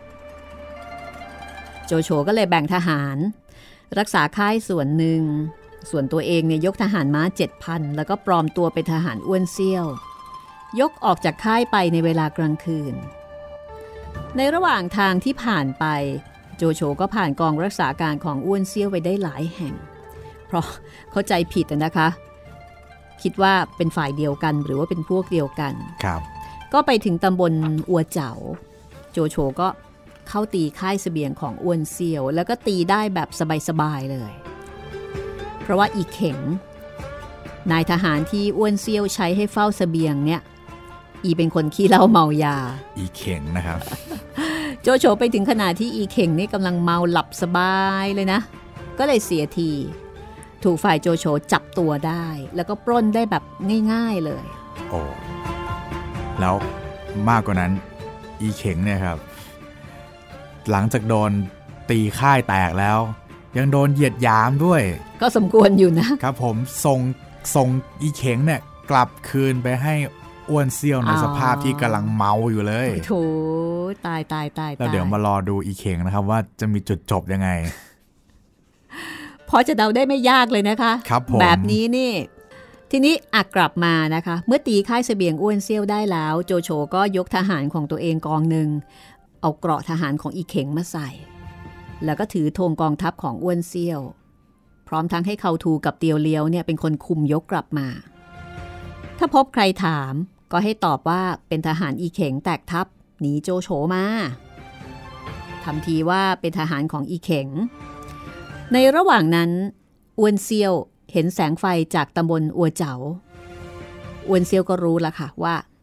โจโฉก็เลยแบ่งทหารรักษาค่ายส่วนหนึ่งส่วนตัวเองเนี่ยยกทหารม้า เจ็ดพัน แล้วก็ปลอมตัวเป็นทหารอ้วนเซี่ยวยกออกจากค่ายไปในเวลากลางคืนในระหว่างทางที่ผ่านไปโจโฉก็ผ่านกองรักษาการของอ้วนเซี่ยวไปได้หลายแห่งเพราะเข้าใจผิดนะคะคิดว่าเป็นฝ่ายเดียวกันหรือว่าเป็นพวกเดียวกันครับก็ไปถึงตำบลอัวเจ๋าโจโฉก็เข้าตีค่ายเสบียงของอ้วนเซี่ยวแล้วก็ตีได้แบบสบายๆเลยเพราะว่าอีเข็งนายทหารที่อ้วนเซี่ยวใช้ให้เฝ้าเสบียงเนี่ยอีเป็นคนขี้เหล้าเมายาอีเข็งนะครับโจโฉไปถึงขนาดที่อีเข็งนี่กำลังเมาหลับสบายเลยนะก็เลยเสียทีถูกฝ่ายโจโฉจับตัวได้แล้วก็ปล้นได้แบบง่ายๆเลยโอ้แล้วมากกว่านั้นอีเข็งเนี่ยครับหลังจากโดนตีค่ายแตกแล้วยังโดนเหยียดหยามด้วยก็สมควรอยู่นะครับผมส่งส่งอีเข็งเนี่ยกลับคืนไปให้อ้วนเซี่ยวในสภาพที่กำลังเมาอยู่เลยโถตายตายตายแล้วเดี๋ยวมารอดูอีเข็งนะครับว่าจะมีจุดจบยังไงพอจะเดาได้ไม่ยากเลยนะคะครับผมแบบนี้นี่ทีนี้อักกลับมานะคะเมื่อตีค่ายเสบียงอ้วนเซี่ยวได้แล้วโจโฉก็ยกทหารของตัวเองกองหนึ่งเอาเกราะทหารของอีเข็งมาใส่แล้วก็ถือธงกองทัพของอ้วนเซี่ยวพร้อมทั้งให้เขาทูกับเตียวเลี้ยวเนี่ยเป็นคนคุมยกกลับมาถ้าพบใครถามก็ให้ตอบว่าเป็นทหารอีเข็งแตกทัพหนีโจโฉมาทำทีว่าเป็นทหารของอีเข็งในระหว่างนั้นอ้วนเซี่ยวเห็นแสงไฟจากตำบลอัวเจ๋าอ้วนเซี่ยวก็รู้ละค่ะว่า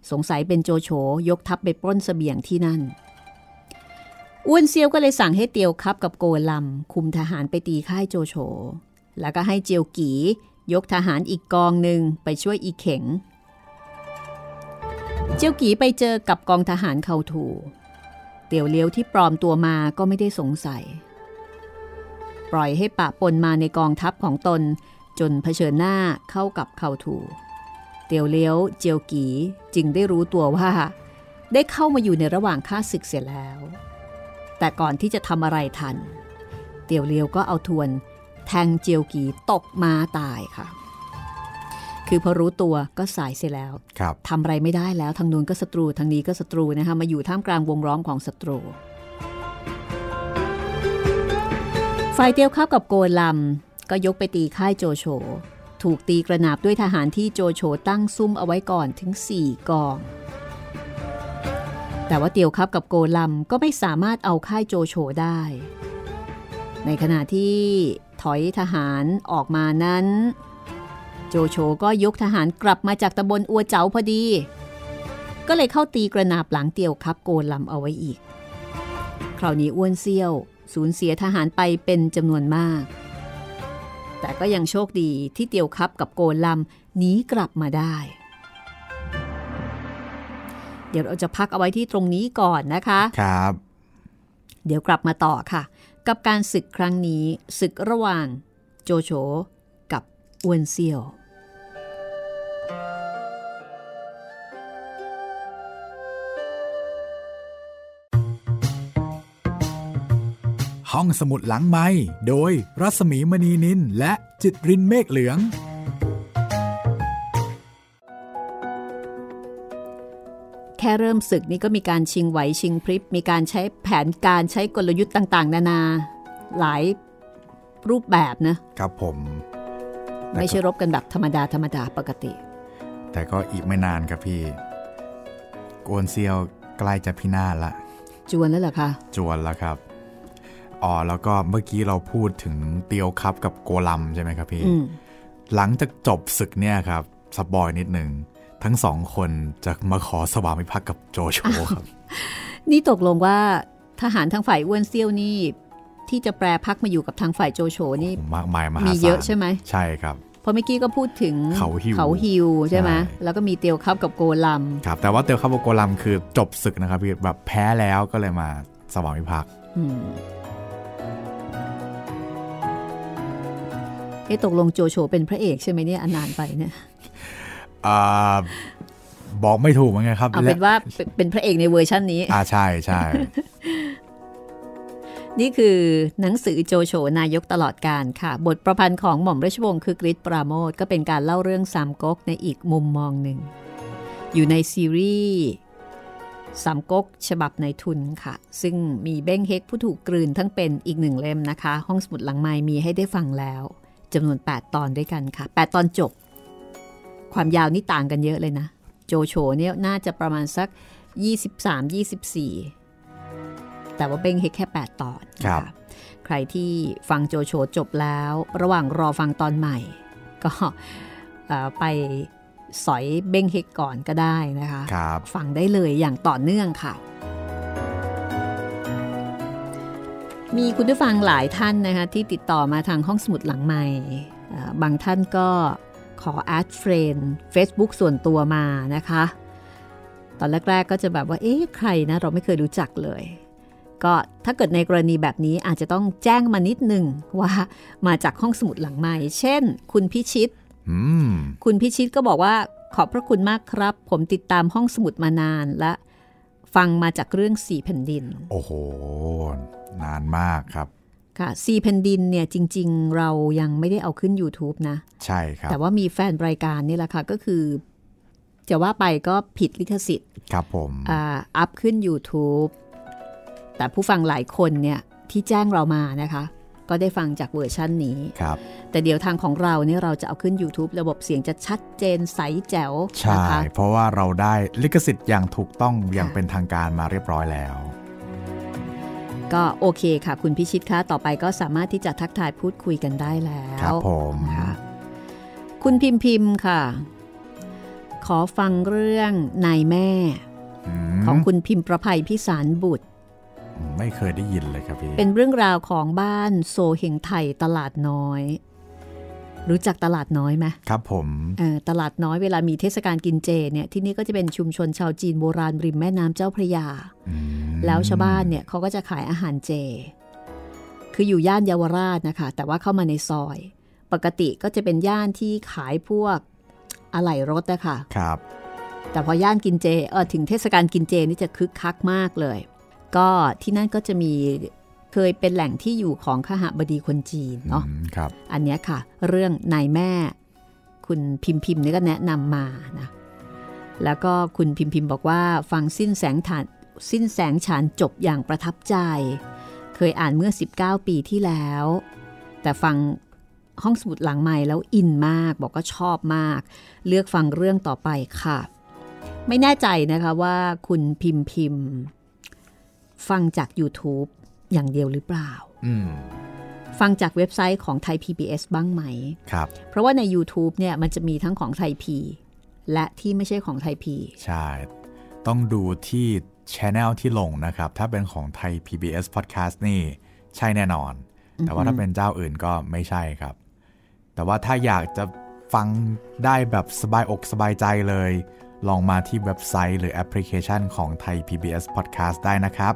สงสัยเป็นโจโฉยกทัพไปปล้นเสบียงที่นั่นอ้วนเซียวก็เลยสั่งให้เตียวคับกับโกลัมคุมทหารไปตีค่ายโจโฉแล้วก็ให้เจียวกียกทหารอีกกองหนึ่งไปช่วยอีเข็งเจียวกีไปเจอกับกองทหารเขาถูเตียวเลี้ยวที่ปลอมตัวมาก็ไม่ได้สงสัยปล่อยให้ปะปนมาในกองทัพของตนจนเผชิญหน้าเข้ากับเขาถูเตียวเลี้ยวเจียวกีจึงได้รู้ตัวว่าได้เข้ามาอยู่ในระหว่างข้าศึกเสียแล้วแต่ก่อนที่จะทำอะไรทันเตียวเลี้ยวก็เอาทวนแทงเจียวกีตกม้าตายค่ะคือพอรู้ตัวก็สายเสียแล้วทำอะไรไม่ได้แล้วทางนู้นก็ศัตรูทางนี้ก็ศัตรูนะคะมาอยู่ท่ามกลางวงล้อมของศัตรูฝ่ายเตียวคับกับโกลัมก็ยกไปตีค่ายโจโฉถูกตีกระหนาบด้วยทหารที่โจโฉตั้งซุ่มเอาไว้ก่อนถึงสี่กองแต่ว่าเตียวคับกับโกลัมก็ไม่สามารถเอาค่ายโจโฉได้ในขณะที่ถอยทหารออกมานั้นโจโฉก็ยกทหารกลับมาจากตำบลอัวเจ๋าพอดีก็เลยเข้าตีกระหนาบหลังเตียวคับโกลัมเอาไว้อีกคราวนี้อ้วนเซี่ยวสูญเสียทหารไปเป็นจำนวนมากแต่ก็ยังโชคดีที่เตียวคับกับโกลัมหนีกลับมาได้เดี๋ยวเราจะพักเอาไว้ที่ตรงนี้ก่อนนะคะครับเดี๋ยวกลับมาต่อค่ะกับการศึกครั้งนี้ศึกระหว่างโจโฉกับอ้วนเซี่ยวห้องสมุดหลังไมค์โดยรัศมีมณีนินและจิตรินเมฆเหลืองแค่เริ่มศึกนี่ก็มีการชิงไหวชิงพริบมีการใช้แผนการใช้กลยุทธ์ต่างๆนานาหลายรูปแบบนะครับผมไม่ใช่รบกันแบบธรรมดาธรรมดาปกติแต่ก็อีกไม่นานครับพี่โกนเซียวใกล้จะพินาศละจวนแล้วเหรอคะจวนแล้วครับอ๋อแล้วก็เมื่อกี้เราพูดถึงเตียวคับกับโกลัมใช่ไหมครับพี่หลังจากจบศึกเนี่ยครับสปอยนิดหนึ่งทั้งสองคนจะมาขอสวามิภักดิ์กับโจโฉครับนี่ตกลงว่าทหารทางฝ่ายอ้วนเซี่ยวนี่ที่จะแปรพักมาอยู่กับทางฝ่ายโจโฉนี่มากมายมหาศาลมีเยอะใช่ไหมใช่ครับพอเมื่อกี้ก็พูดถึงเขาฮิวเขาฮิวใช่ไหมแล้วก็มีเตียวคับกับโกลัมครับแต่ว่าเตียวคับกับโกลัมคือจบศึกนะครับพี่แบบแพ้แล้วก็เลยมาสวามิภักดิ์เอ๊ะตกลงโจโฉเป็นพระเอกใช่ไหมเนี่ยอนานไปเนี่ยอ่าบอกไม่ถูกเหมือนกันครับเอาเป็นว่าเป็นพระเอกในเวอร์ชันนี้อ่าใช่ใช่นี่คือหนังสือโจโฉนายกตลอดกาลค่ะบทประพันธ์ของหม่อมราชวงศ์คือกฤษปราโมทย์ก็เป็นการเล่าเรื่องสามก๊กในอีกมุมมองหนึ่งอยู่ในซีรีส์สามก๊กฉบับในทุนค่ะซึ่งมีเบ้งเฮกผู้ถูกกลืนทั้งเป็นอีกหนึ่งเล่มนะคะห้องสมุดหลังไมค์มีให้ได้ฟังแล้วจำนวนแปดตอนด้วยกันค่ะแปดตอนจบความยาวนี่ต่างกันเยอะเลยนะโจโฉเนี่ยน่าจะประมาณสักยี่สิบสาม ยี่สิบสี่แต่ว่าเบ้งเฮกแค่แปดตอนนะคะใครที่ฟังโจโฉจบแล้วระหว่างรอฟังตอนใหม่ก็ไปสอยเบ้งเฮกก่อนก็ได้นะคะฟังได้เลยอย่างต่อเนื่องค่ะมีคุณผู้ฟังหลายท่านนะคะที่ติดต่อมาทางห้องสมุดหลังใหม่บางท่านก็ขอแอดเฟรนด์ Facebook ส่วนตัวมานะคะตอนแรกๆก็จะแบบว่าเอ๊ะใครนะเราไม่เคยรู้จักเลยก็ถ้าเกิดในกรณีแบบนี้อาจจะต้องแจ้งมานิดนึงว่ามาจากห้องสมุดหลังใหม่เช่นคุณพิชิตคุณพิชิตก็บอกว่าขอบพระคุณมากครับผมติดตามห้องสมุดมานานและฟังมาจากเรื่องสี่แผ่นดินโอ้โหนานมากครับค่ะสี่แผ่นดินเนี่ยจริงๆเรายังไม่ได้เอาขึ้น YouTube นะใช่ครับแต่ว่ามีแฟนรายการนี่แหละค่ะก็คือจะว่าไปก็ผิดลิขสิทธิ์ครับผมอ่าอัพขึ้น YouTube แต่ผู้ฟังหลายคนเนี่ยที่แจ้งเรามานะคะก็ได้ฟังจากเวอร์ชันนี้ครับแต่เดี๋ยวทางของเราเนี่ยเราจะเอาขึ้น YouTube ระบบเสียงจะชัดเจนใสแจ๋วใช่เพราะว่าเราได้ลิขสิทธิ์อย่างถูกต้องอย่างเป็นทางการมาเรียบร้อยแล้วก็โอเคค่ะคุณพิชิตคะต่อไปก็สามารถที่จะทักทายพูดคุยกันได้แล้วครับผมค่ะคุณพิมพิมค่ะขอฟังเรื่องนายแม่ของคุณพิมพ์ประภัยพิสารบุตรไม่เคยได้ยินเลยครับพี่เป็นเรื่องราวของบ้านโซเฮงไทยตลาดน้อยรู้จักตลาดน้อยไหมครับผมเออตลาดน้อยเวลามีเทศกาลกินเจเนี่ยที่นี่ก็จะเป็นชุมชนชาวจีนโบราณริมแม่น้ำเจ้าพระยาแล้วชาวบ้านเนี่ยเขาก็จะขายอาหารเจคืออยู่ย่านเยาวราชนะคะแต่ว่าเข้ามาในซอยปกติก็จะเป็นย่านที่ขายพวกอะไหล่รถนะคะครับแต่พอย่านกินเจเออถึงเทศกาลกินเจนี่จะคึกคักมากเลยก็ที่นั่นก็จะมีเคยเป็นแหล่งที่อยู่ของขหบดีคนจีนเนาะครับอันนี้ค่ะเรื่องนายแม่คุณพิมพิมนี่ก็แนะนำมานะแล้วก็คุณพิมพิมบอกว่าฟังสิ้นแสงฐานสิ้นแสงฉานจบอย่างประทับใจเคยอ่านเมื่อสิบเก้าปีที่แล้วแต่ฟังห้องสมุดหลังใหม่แล้วอินมากบอกว่าชอบมากเลือกฟังเรื่องต่อไปค่ะไม่แน่ใจนะคะว่าคุณพิมพิมฟังจาก YouTube อย่างเดียวหรือเปล่าฟังจากเว็บไซต์ของไทย พี บี เอส บ้างไหมครับเพราะว่าใน YouTube เนี่ยมันจะมีทั้งของไทย P และที่ไม่ใช่ของไทย P ใช่ต้องดูที่ channel ที่ลงนะครับถ้าเป็นของไทย พี บี เอส Podcast นี่ใช่แน่นอนแต่ว่าถ้าเป็นเจ้าอื่นก็ไม่ใช่ครับแต่ว่าถ้าอยากจะฟังได้แบบสบายอกสบายใจเลยลองมาที่เว็บไซต์หรือแอปพลิเคชันของไทย พี บี เอส Podcast ได้นะครับ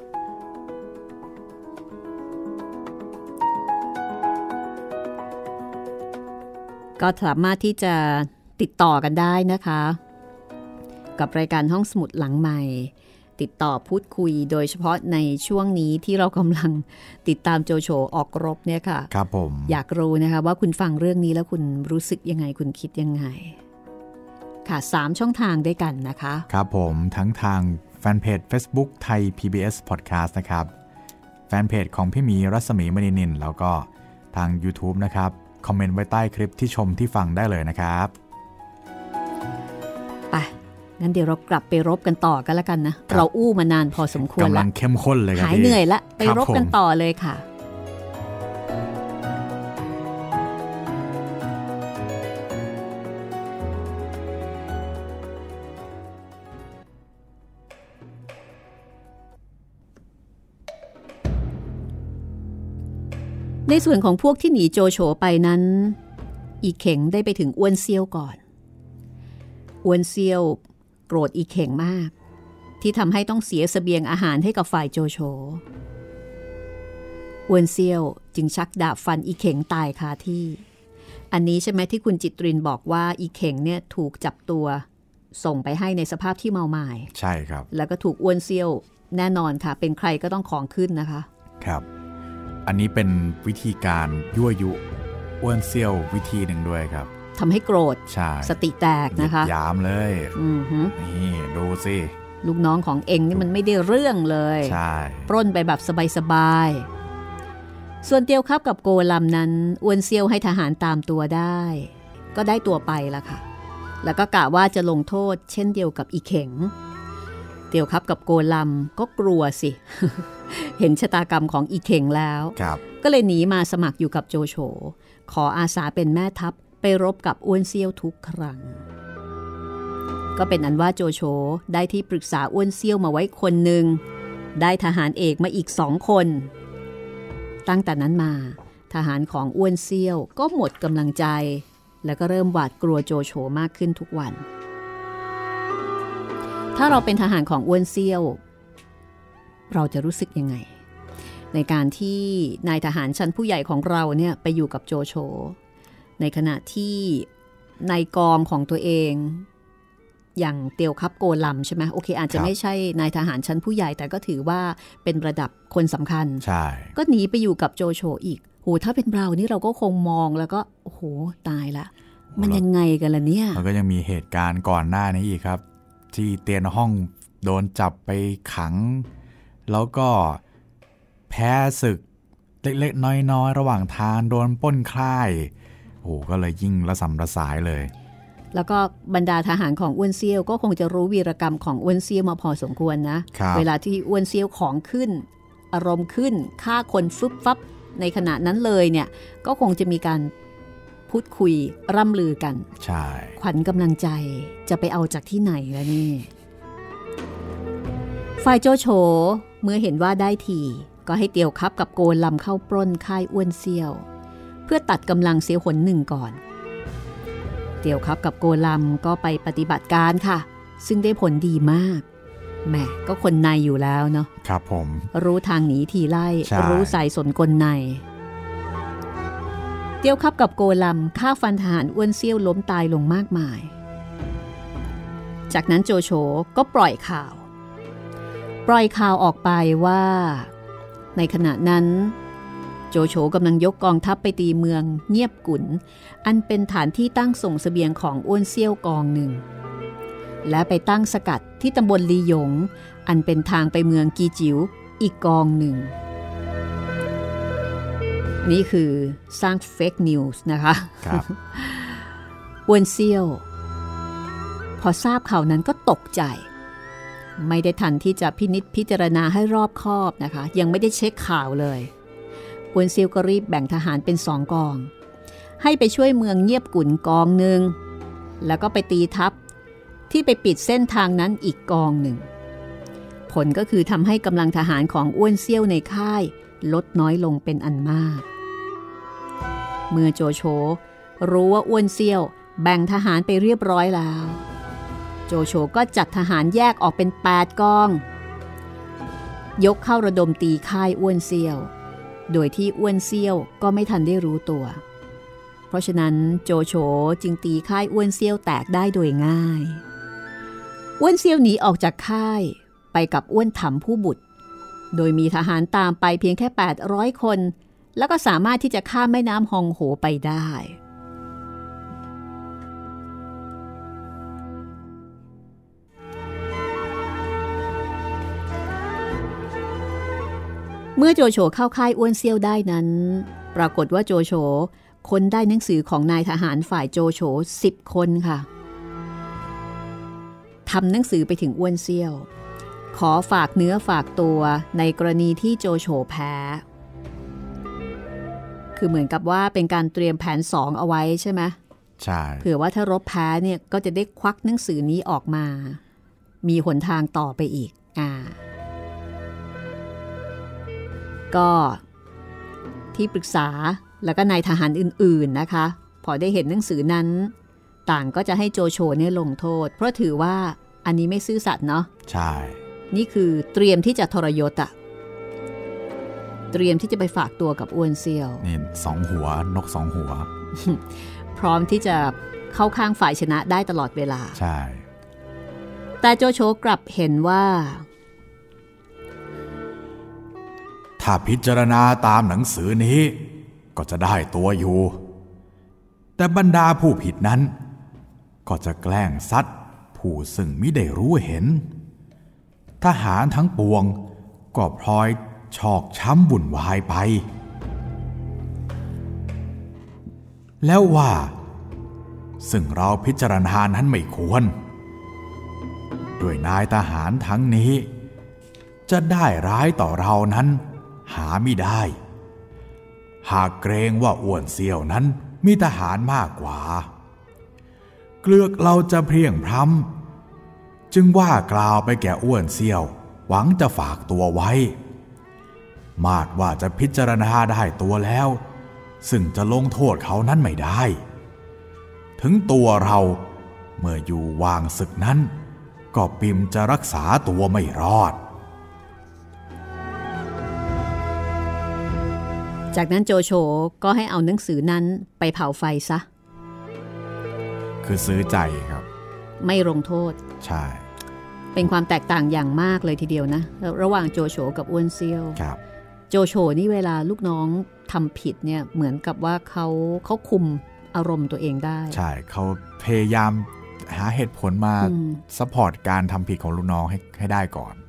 ก็สามารถที่จะติดต่อกันได้นะคะกับรายการห้องสมุดหลังใหม่ติดต่อพูดคุยโดยเฉพาะในช่วงนี้ที่เรากำลังติดตามโจโฉออกรบเนี่ยค่ะครับผมอยากรู้นะคะว่าคุณฟังเรื่องนี้แล้วคุณรู้สึกยังไงคุณคิดยังไงค่ะสามช่องทางด้วยกันนะคะครับผมทั้งทางแฟนเพจ Facebook ไทย พี บี เอส Podcast นะครับแฟนเพจของพี่หมีรัศมีมณีนินแล้วก็ทาง YouTube นะครับคอมเมนต์ไว้ใต้คลิปที่ชมที่ฟังได้เลยนะครับไปงั้นเดี๋ยวเรากลับไปรบกันต่อกันแล้วกันนะเราอู้มานานพอสมควรแล้วกำลังเข้มข้นเลยครับหายเหนื่อยละไปรบกันต่อเลยค่ะในส่วนของพวกที่หนีโจโฉไปนั้นอีเข่งได้ไปถึงอ้วนเซี่ยวก่อนอ้วนเซี่ยวโกรธอีเข่งมากที่ทำให้ต้องเสียเสบียงอาหารให้กับฝ่ายโจโฉอ้วนเซี่ยวจึงชักดาบฟันอีเข่งตายคาที่อันนี้ใช่ไหมที่คุณจิตรินบอกว่าอีเข่งเนี่ยถูกจับตัวส่งไปให้ในสภาพที่เมาหม่ายใช่ครับแล้วก็ถูกอ้วนเซี่ยวแน่นอนค่ะเป็นใครก็ต้องของขึ้นนะคะครับอันนี้เป็นวิธีการยั่วยุอ้วนเซี่ยววิธีหนึ่งด้วยครับทำให้โกรธสติแตกนะคะยามเลยนี่ดูสิลูกน้องของเองนี่มันไม่ได้เรื่องเลยใช่ปล้นไปแบบสบายๆส่วนเตียวครับกับโกลัมนั้นอ้วนเซี่ยวให้ทหารตามตัวได้ก็ได้ตัวไปละค่ะแล้วก็กะว่าจะลงโทษเช่นเดียวกับอีเข่งเตียวครับกับโกลัมก็กลัวสิ เห็นชะตากรรมของอีเข่งแล้วก็เลยหนีมาสมัครอยู่กับโจโฉขออาสาเป็นแม่ทัพไปรบกับอ้วนเซี่ยวทุกครั้งก็เป็นอันว่าโจโฉได้ที่ปรึกษาอ้วนเซี่ยวมาไว้คนหนึ่งได้ทหารเอกมาอีกสองคนตั้งแต่นั้นมาทหารของอ้วนเซี่ยวก็หมดกำลังใจแล้วก็เริ่มหวาดกลัวโจโฉมากขึ้นทุกวันถ้าเราเป็นทหารของอ้วนเซี่ยวเราจะรู้สึกยังไงในการที่นายทหารชั้นผู้ใหญ่ของเราเนี่ยไปอยู่กับโจโฉในขณะที่ในกองของตัวเองอย่างเตียวคับโกลัมใช่ไหมโอเคอาจจะไม่ใช่นายทหารชั้นผู้ใหญ่แต่ก็ถือว่าเป็นระดับคนสำคัญใช่ก็หนีไปอยู่กับโจโฉอีกโหถ้าเป็นเรานี่เราก็คงมองแล้วก็โอ้โหตายละมันยังไงกันล่ะเนี่ยมันก็ยังมีเหตุการณ์ก่อนหน้านี้อีกครับที่เตียนห้องโดนจับไปขังแล้วก็แพ้ศึกเล็กๆน้อยๆระหว่างทางโดนปล้นค่ายโอ้ก็เลยยิ่งระสำระสายเลยแล้วก็บรรดาทหารของอ้วนเซี่ยวก็คงจะรู้วีรกรรมของอ้วนเซี่ยวมาพอสมควรนะเวลาที่อ้วนเซี่ยวของขึ้นอารมณ์ขึ้นฆ่าคนฟึบฟับในขณะนั้นเลยเนี่ยก็คงจะมีการพูดคุยร่ำลือกันใช่ขวัญกำลังใจจะไปเอาจากที่ไหนล่ะนี่ฝ่ายโจโฉเมื่อเห็นว่าได้ทีก็ให้เตียวคับกับโกนลำเข้าปล้นค่ายอ้วนเซี่ยวเพื่อตัดกำลังเสียหนหนึ่งก่อนเตียวคับกับโกลำก็ไปปฏิบัติการค่ะซึ่งได้ผลดีมากแหมก็คนในอยู่แล้วเนาะครับผมรู้ทางหนีทีไล่รู้สายสนกลในเตียวคับกับโกลำฆ่าฟันทหารอ้วนเซี่ยวล้มตายลงมากมายจากนั้นโจโฉก็ปล่อยข่าวปล่อยข่าวออกไปว่าในขณะนั้นโจโฉกำลังยกกองทัพไปตีเมืองเงียบกุ๋นอันเป็นฐานที่ตั้งส่งเสบียงของอ้วนเซี่ยวกองหนึ่งและไปตั้งสกัดที่ตำบลลีหยงอันเป็นทางไปเมืองกีจิ๋วอีกกองหนึ่งนี่คือสร้างเฟกนิวส์นะคะครับอ้วนเซี่ยวพอทราบข่าวนั้นก็ตกใจไม่ได้ทันที่จะพินิจพิจารณาให้รอบคอบนะคะยังไม่ได้เช็คข่าวเลยอ้วนเซี่ยวก็รีบแบ่งทหารเป็นสองกองให้ไปช่วยเมืองเงียบกุ๋นกองหนึ่งแล้วก็ไปตีทัพที่ไปปิดเส้นทางนั้นอีกกองหนึ่งผลก็คือทำให้กำลังทหารของอ้วนเซี่ยวในค่ายลดน้อยลงเป็นอันมากเมื่อโจโฉรู้ว่าอ้วนเซี่ยวแบ่งทหารไปเรียบร้อยแล้วโจโฉก็จัดทหารแยกออกเป็นแปดกองยกเข้าระดมตีค่ายอ้วนเซี่ยวโดยที่อ้วนเซี่ยวก็ไม่ทันได้รู้ตัวเพราะฉะนั้นโจโฉจึงตีค่ายอ้วนเซี่ยวแตกได้โดยง่ายอ้วนเซี่ยวหนีออกจากค่ายไปกับอ้วนถำผู้บุตรโดยมีทหารตามไปเพียงแค่แปดร้อยคนแล้วก็สามารถที่จะข้ามแม่น้ำฮองโหไปได้เมื่อโจโฉเข้าค่ายอ้วนเซี่ยวได้นั้นปรากฏว่าโจโฉค้นได้หนังสือของนายทหารฝ่ายโจโฉสิบคนค่ะทำหนังสือไปถึงอ้วนเซี่ยวขอฝากเนื้อฝากตัวในกรณีที่โจโฉแพ้คือเหมือนกับว่าเป็นการเตรียมแผนสองเอาไว้ใช่ไหมใช่เผื่อว่าถ้ารบแพ้เนี่ยก็จะได้ควักหนังสือนี้ออกมามีหนทางต่อไปอีกอ่าก็ที่ปรึกษาแล้วก็นายทหารอื่นๆนะคะพอได้เห็นหนังสือนั้นต่างก็จะให้โจโฉเนี่ยลงโทษเพราะถือว่าอันนี้ไม่ซื่อสัตย์เนาะใช่นี่คือเตรียมที่จะทรยศอะเตรียมที่จะไปฝากตัวกับอ้วนเซี่ยวนี่สองหัวนกสองหัวพร้อมที่จะเข้าข้างฝ่ายชนะได้ตลอดเวลาใช่แต่โจโฉกลับเห็นว่าถ้าพิจารณาตามหนังสือนี้ก็จะได้ตัวอยู่แต่บรรดาผู้ผิดนั้นก็จะแกล้งซัดผู้ซึ่งมิได้รู้เห็นทหารทั้งปวงก็พลอยชอกช้ำวุ่นวายไปแล้วว่าซึ่งเราพิจารณานั้นไม่ควรด้วยนายทหารทั้งนี้จะได้ร้ายต่อเรานั้นหาไม่ได้หากเกรงว่าอ้วนเซี่ยวนั้นมีทหารมากกว่าเกลือกเราจะเพลียงพล้ำจึงว่ากล่าวไปแก่อ้วนเซี่ยวหวังจะฝากตัวไว้มาดว่าจะพิจารณาได้ตัวแล้วซึ่งจะลงโทษเขานั้นไม่ได้ถึงตัวเราเมื่ออยู่วางศึกนั้นก็ปิมจะรักษาตัวไม่รอดจากนั้นโจโฉก็ให้เอาหนังสือนั้นไปเผาไฟซะคือซื้อใจครับไม่ลงโทษใช่เป็นความแตกต่างอย่างมากเลยทีเดียวนะระหว่างโจโฉกับอ้วนเซี่ยวครับโจโฉนี่เวลาลูกน้องทำผิดเนี่ยเหมือนกับว่าเขาเขาคุมอารมณ์ตัวเองได้ใช่เขาพยายามหาเหตุผลมาซัพพอร์ตการทำผิดของลูกน้องให้ให้ได้ก่อน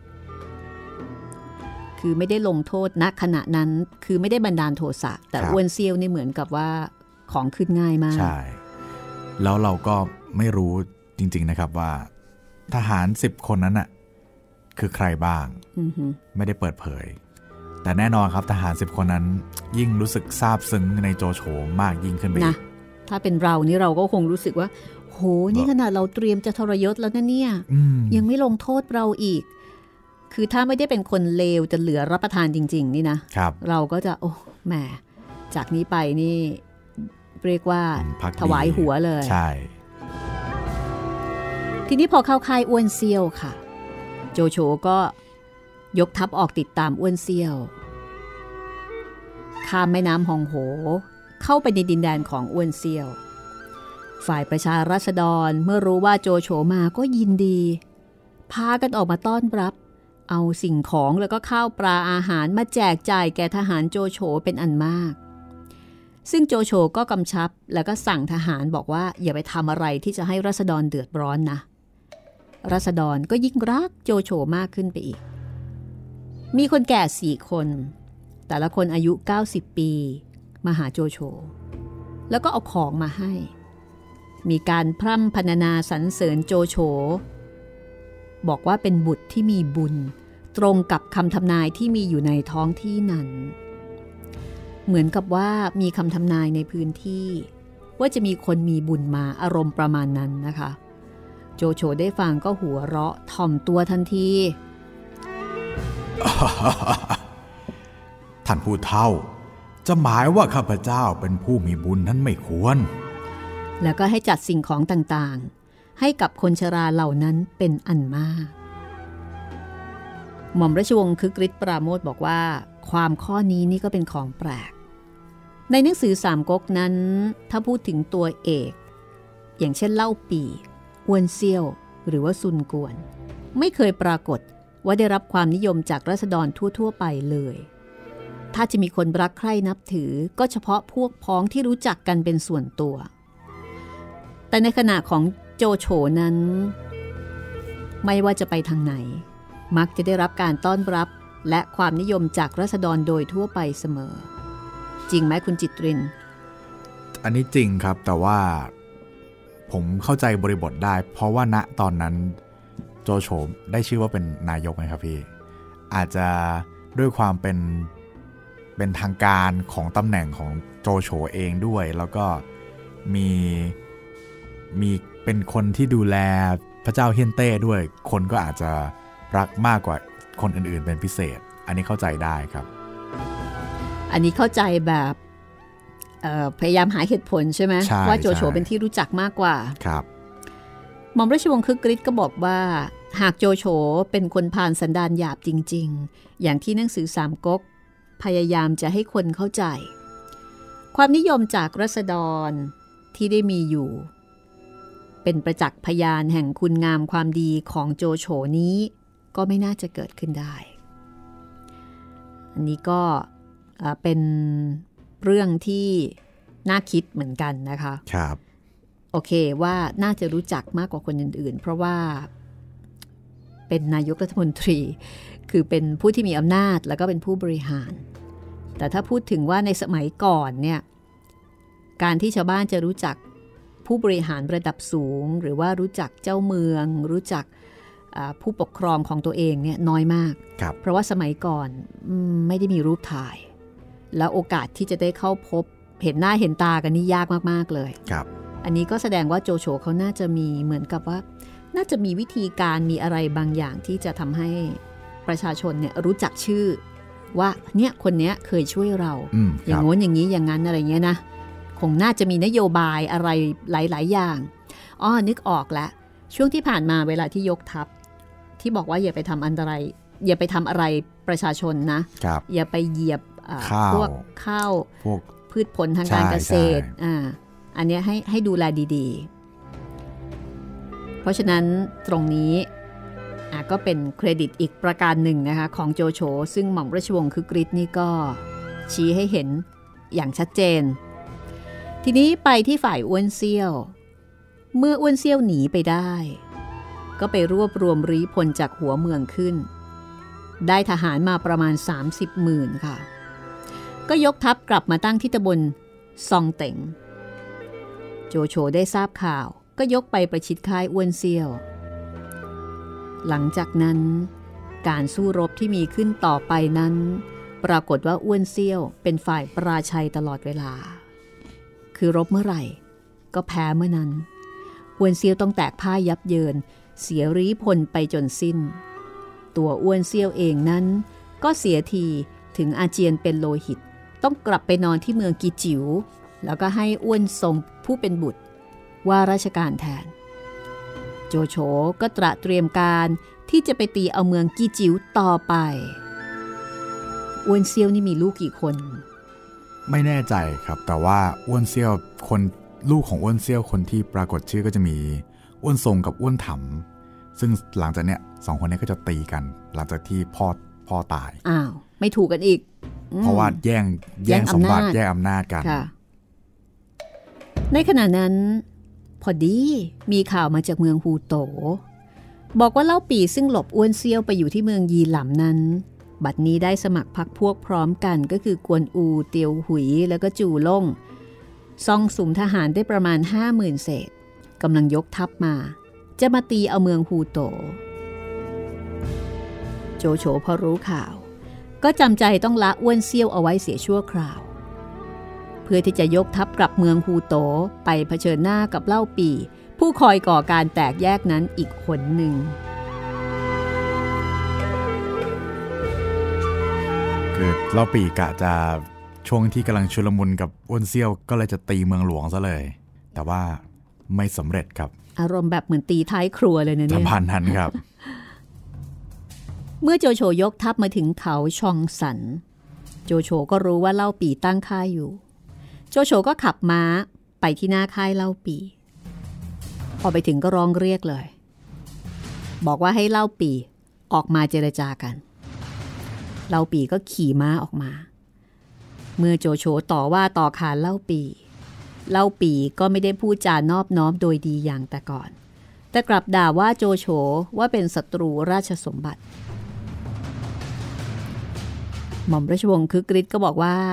คือไม่ได้ลงโทษณขณะนั้นคือไม่ได้บันดาลโทสะแต่อ้วนเซี่ยวนี่เหมือนกับว่าของขึ้นง่ายมากใช่แล้วเราก็ไม่รู้จริงๆนะครับว่าทหารสิบคนนั้นน่ะคือใครบ้างไม่ได้เปิดเผยแต่แน่นอนครับทหารสิบคนนั้นยิ่งรู้สึกซาบซึ้งในโจโฉมากยิ่งขึ้นไปนะถ้าเป็นเรานี่เราก็คงรู้สึกว่าโหนี่ขนาดเราเตรียมจะทรยศแล้วนะเนี่ยยังไม่ลงโทษเราอีกคือถ้าไม่ได้เป็นคนเลวจะเหลือรับประทานจริงๆนี่นะเราก็จะโอ้แหมจากนี้ไปนี่เรียกว่าถวายหัวเลยใช่ทีนี้พอเข้าค่ายอ้วนเซี่ยวค่ะโจโฉก็ยกทัพออกติดตามอ้วนเซี่ยวข้ามแม่น้ำฮองโหเข้าไปในดินแดนของอ้วนเซี่ยวฝ่ายประชาราษฎรเมื่อรู้ว่าโจโฉมาก็ยินดีพากันออกมาต้อนรับเอาสิ่งของแล้วก็ข้าวปลาอาหารมาแจกจ่ายแก่ทหารโจโฉเป็นอันมากซึ่งโจโฉก็กำชับแล้วก็สั่งทหารบอกว่าอย่าไปทำอะไรที่จะให้ราษฎรเดือดร้อนนะราษฎรก็ยิ่งรักโจโฉมากขึ้นไปอีกมีคนแก่สี่คนแต่ละคนอายุเก้าสิบปีมาหาโจโฉแล้วก็เอาของมาให้มีการพร่ำพรรณนาสรรเสริญโจโฉบอกว่าเป็นบุตรที่มีบุญตรงกับคำทำนายที่มีอยู่ในท้องที่นั้นเหมือนกับว่ามีคำทำนายในพื้นที่ว่าจะมีคนมีบุญมาอารมณ์ประมาณนั้นนะคะโจโฉได้ฟังก็หัวเราะถ่อมตัวทันทีท่านผู้เฒ่าจะหมายว่าข้าพเจ้าเป็นผู้มีบุญนั้นไม่ควรแล้วก็ให้จัดสิ่งของต่างๆให้กับคนชราเหล่านั้นเป็นอันมากหม่อมราชวงศ์คึกฤทธิ์ปราโมทบอกว่าความข้อนี้นี่ก็เป็นของแปลกในหนังสือสามก๊กนั้นถ้าพูดถึงตัวเอกอย่างเช่นเล่าปีอ้วนเซี่ยวหรือว่าซุนกวนไม่เคยปรากฏว่าได้รับความนิยมจากราษฎรทั่วๆไปเลยถ้าจะมีคนรักใคร่นับถือก็เฉพาะพวกพ้องที่รู้จักกันเป็นส่วนตัวแต่ในขณะของโจโฉนั้นไม่ว่าจะไปทางไหนมักจะได้รับการต้อนรับและความนิยมจากราษฎรโดยทั่วไปเสมอจริงไหมคุณจิตรินอันนี้จริงครับแต่ว่าผมเข้าใจบริบทได้เพราะว่าณตอนนั้นโจโฉได้ชื่อว่าเป็นนายกไงครับพี่อาจจะด้วยความเป็นเป็นทางการของตำแหน่งของโจโฉเองด้วยแล้วก็มีมีเป็นคนที่ดูแลพระเจ้าเฮียนเต้ด้วยคนก็อาจจะรักมากกว่าคนอื่นๆเป็นพิเศษอันนี้เข้าใจได้ครับอันนี้เข้าใจแบบพยายามหาเหตุผลใช่ไหมว่าโจโฉเป็นที่รู้จักมากกว่าครับหม่อมราชวงศ์คึกฤทธิ์ก็บอกว่าหากโจโฉเป็นคนผ่านสันดานหยาบจริงๆอย่างที่หนังสือสามก๊กพยายามจะให้คนเข้าใจความนิยมจากราษฎรที่ได้มีอยู่เป็นประจักษ์พยานแห่งคุณงามความดีของโจโฉนี้ก็ไม่น่าจะเกิดขึ้นได้อันนี้ก็เป็นเรื่องที่น่าคิดเหมือนกันนะคะครับโอเคว่าน่าจะรู้จักมากกว่าคนอื่นๆเพราะว่าเป็นนายกรัฐมนตรีคือเป็นผู้ที่มีอำนาจแล้วก็เป็นผู้บริหารแต่ถ้าพูดถึงว่าในสมัยก่อนเนี่ยการที่ชาวบ้านจะรู้จักผู้บริหารระดับสูงหรือว่ารู้จักเจ้าเมืองรู้จักผู้ปกครองของตัวเองเนี่ยน้อยมากเพราะว่าสมัยก่อนไม่ได้มีรูปถ่ายแล้วโอกาสที่จะได้เข้าพบเห็นหน้าเห็นตากันนี่ยากมากๆเลยครับอันนี้ก็แสดงว่าโจโฉเขาน่าจะมีเหมือนกับว่าน่าจะมีวิธีการมีอะไรบางอย่างที่จะทำให้ประชาชนเนี่ยรู้จักชื่อว่าเนี่ยคนเนี้ยเคยช่วยเราอย่างโน้นอย่างนี้อย่างนั้นอะไรเงี้ยนะคงน่าจะมีนโยบายอะไรหลายๆอย่างอ๋อนึกออกแล้วช่วงที่ผ่านมาเวลาที่ยกทัพที่บอกว่าอย่าไปทำอันตรายอย่าไปทำอะไรประชาชนนะอย่าไปเหยียบพวกข้าวพืชผลทางการเกษตรอ่าอันนี้ให้ให้ดูแลดีๆเพราะฉะนั้นตรงนี้อ่ะก็เป็นเครดิตอีกประการหนึ่งนะคะของโจโฉซึ่งหม่อมราชวงศ์คึกฤทธิ์นี่ก็ชี้ให้เห็นอย่างชัดเจนทีนี้ไปที่ฝ่ายอ้วนเซี่ยวเมื่ออ้วนเซี่ยวหนีไปได้ก็ไปรวบรวมรีพลจากหัวเมืองขึ้นได้ทหารมาประมาณสามสิบหมื่นค่ะก็ยกทัพกลับมาตั้งที่ตำบลซองเต็งโจโฉได้ทราบข่าวก็ยกไปประชิดค่ายอ้วนเซี่ยวหลังจากนั้นการสู้รบที่มีขึ้นต่อไปนั้นปรากฏว่าอ้วนเซี่ยวเป็นฝ่ายปราชัยตลอดเวลาคือรบเมื่อไหร่ก็แพ้เมื่อนั้นอ้วนเซี่ยวต้องแตกพ่ายยับเยินเสียรีพลไปจนสิ้นตัวอ้วนเซี่ยวเองนั้นก็เสียทีถึงอาเจียนเป็นโลหิตต้องกลับไปนอนที่เมืองกีจิ๋วแล้วก็ให้อ้วนทรงผู้เป็นบุตรว่าราชการแทนโจโฉก็ตระเตรียมการที่จะไปตีเอาเมืองกีจิ๋วต่อไปอ้วนเซี่ยวนี่มีลูกกี่คนไม่แน่ใจครับแต่ว่าอ้วนเซี่ยวคนลูกของอ้วนเซี่ยวคนที่ปรากฏชื่อก็จะมีอ้วนทรงกับอ้วนถำซึ่งหลังจากเนี้ยสองคนนี้ก็จะตีกันหลังจากที่พ่อพ่อตายอ้าวไม่ถูกกันอีกเพราะว่าแย่งแย่งสมบัติแย่งอำนาจกันในขณะนั้นพอดีมีข่าวมาจากเมืองฮูโตบอกว่าเล่าปี่ซึ่งหลบอ้วนเซี่ยวไปอยู่ที่เมืองยีหลำนั้นบัดนี้ได้สมัครพรรคพวกพร้อมกันก็คือกวนอูเตียวหุยแล้วก็จูล่งซ่องสุมทหารได้ประมาณ ห้าหมื่น เศษกำลังยกทัพมาจะมาตีเอาเมืองฮูโตโจโฉพอรู้ข่าวก็จำใจต้องละอ้วนเซี่ยวเอาไว้เสียชั่วคราวเพื่อที่จะยกทัพกลับเมืองฮูโตไปเผชิญหน้ากับเล่าปี่ผู้คอยก่อการแตกแยกนั้นอีกคนหนึ่งคือเล่าปี่กะจะช่วงที่กำลังชุลมุนกับอ้วนเซี่ยวก็เลยจะตีเมืองหลวงซะเลยแต่ว่าไม่สำเร็จครับอารมณ์แบบเหมือนตีท้ายครัวเลยนะเนี่ยจะพันทันครับเมื่อโจโฉยกทัพมาถึงเขาชองสันโจโฉก็รู้ว่าเล่าปี่ตั้งค่ายอยู่โจโฉก็ขับม้าไปที่หน้าค่ายเล่าปี่พอไปถึงก็ร้องเรียกเลยบอกว่าให้เล่าปี่ออกมาเจรจากันเล่าปี่ก็ขี่ม้าออกมาเมื่อโจโฉต่อว่าต่อขานเล่าปี่เล่าปี่ก็ไม่ได้พูดจานอบน้อมโดยดีอย่างแต่ก่อนแต่กลับด่าว่าโจโฉว่าเป็นศัตรูราชสมบัติหม่อมราชวงศ์คึกฤทธิ์ก็บอกว่า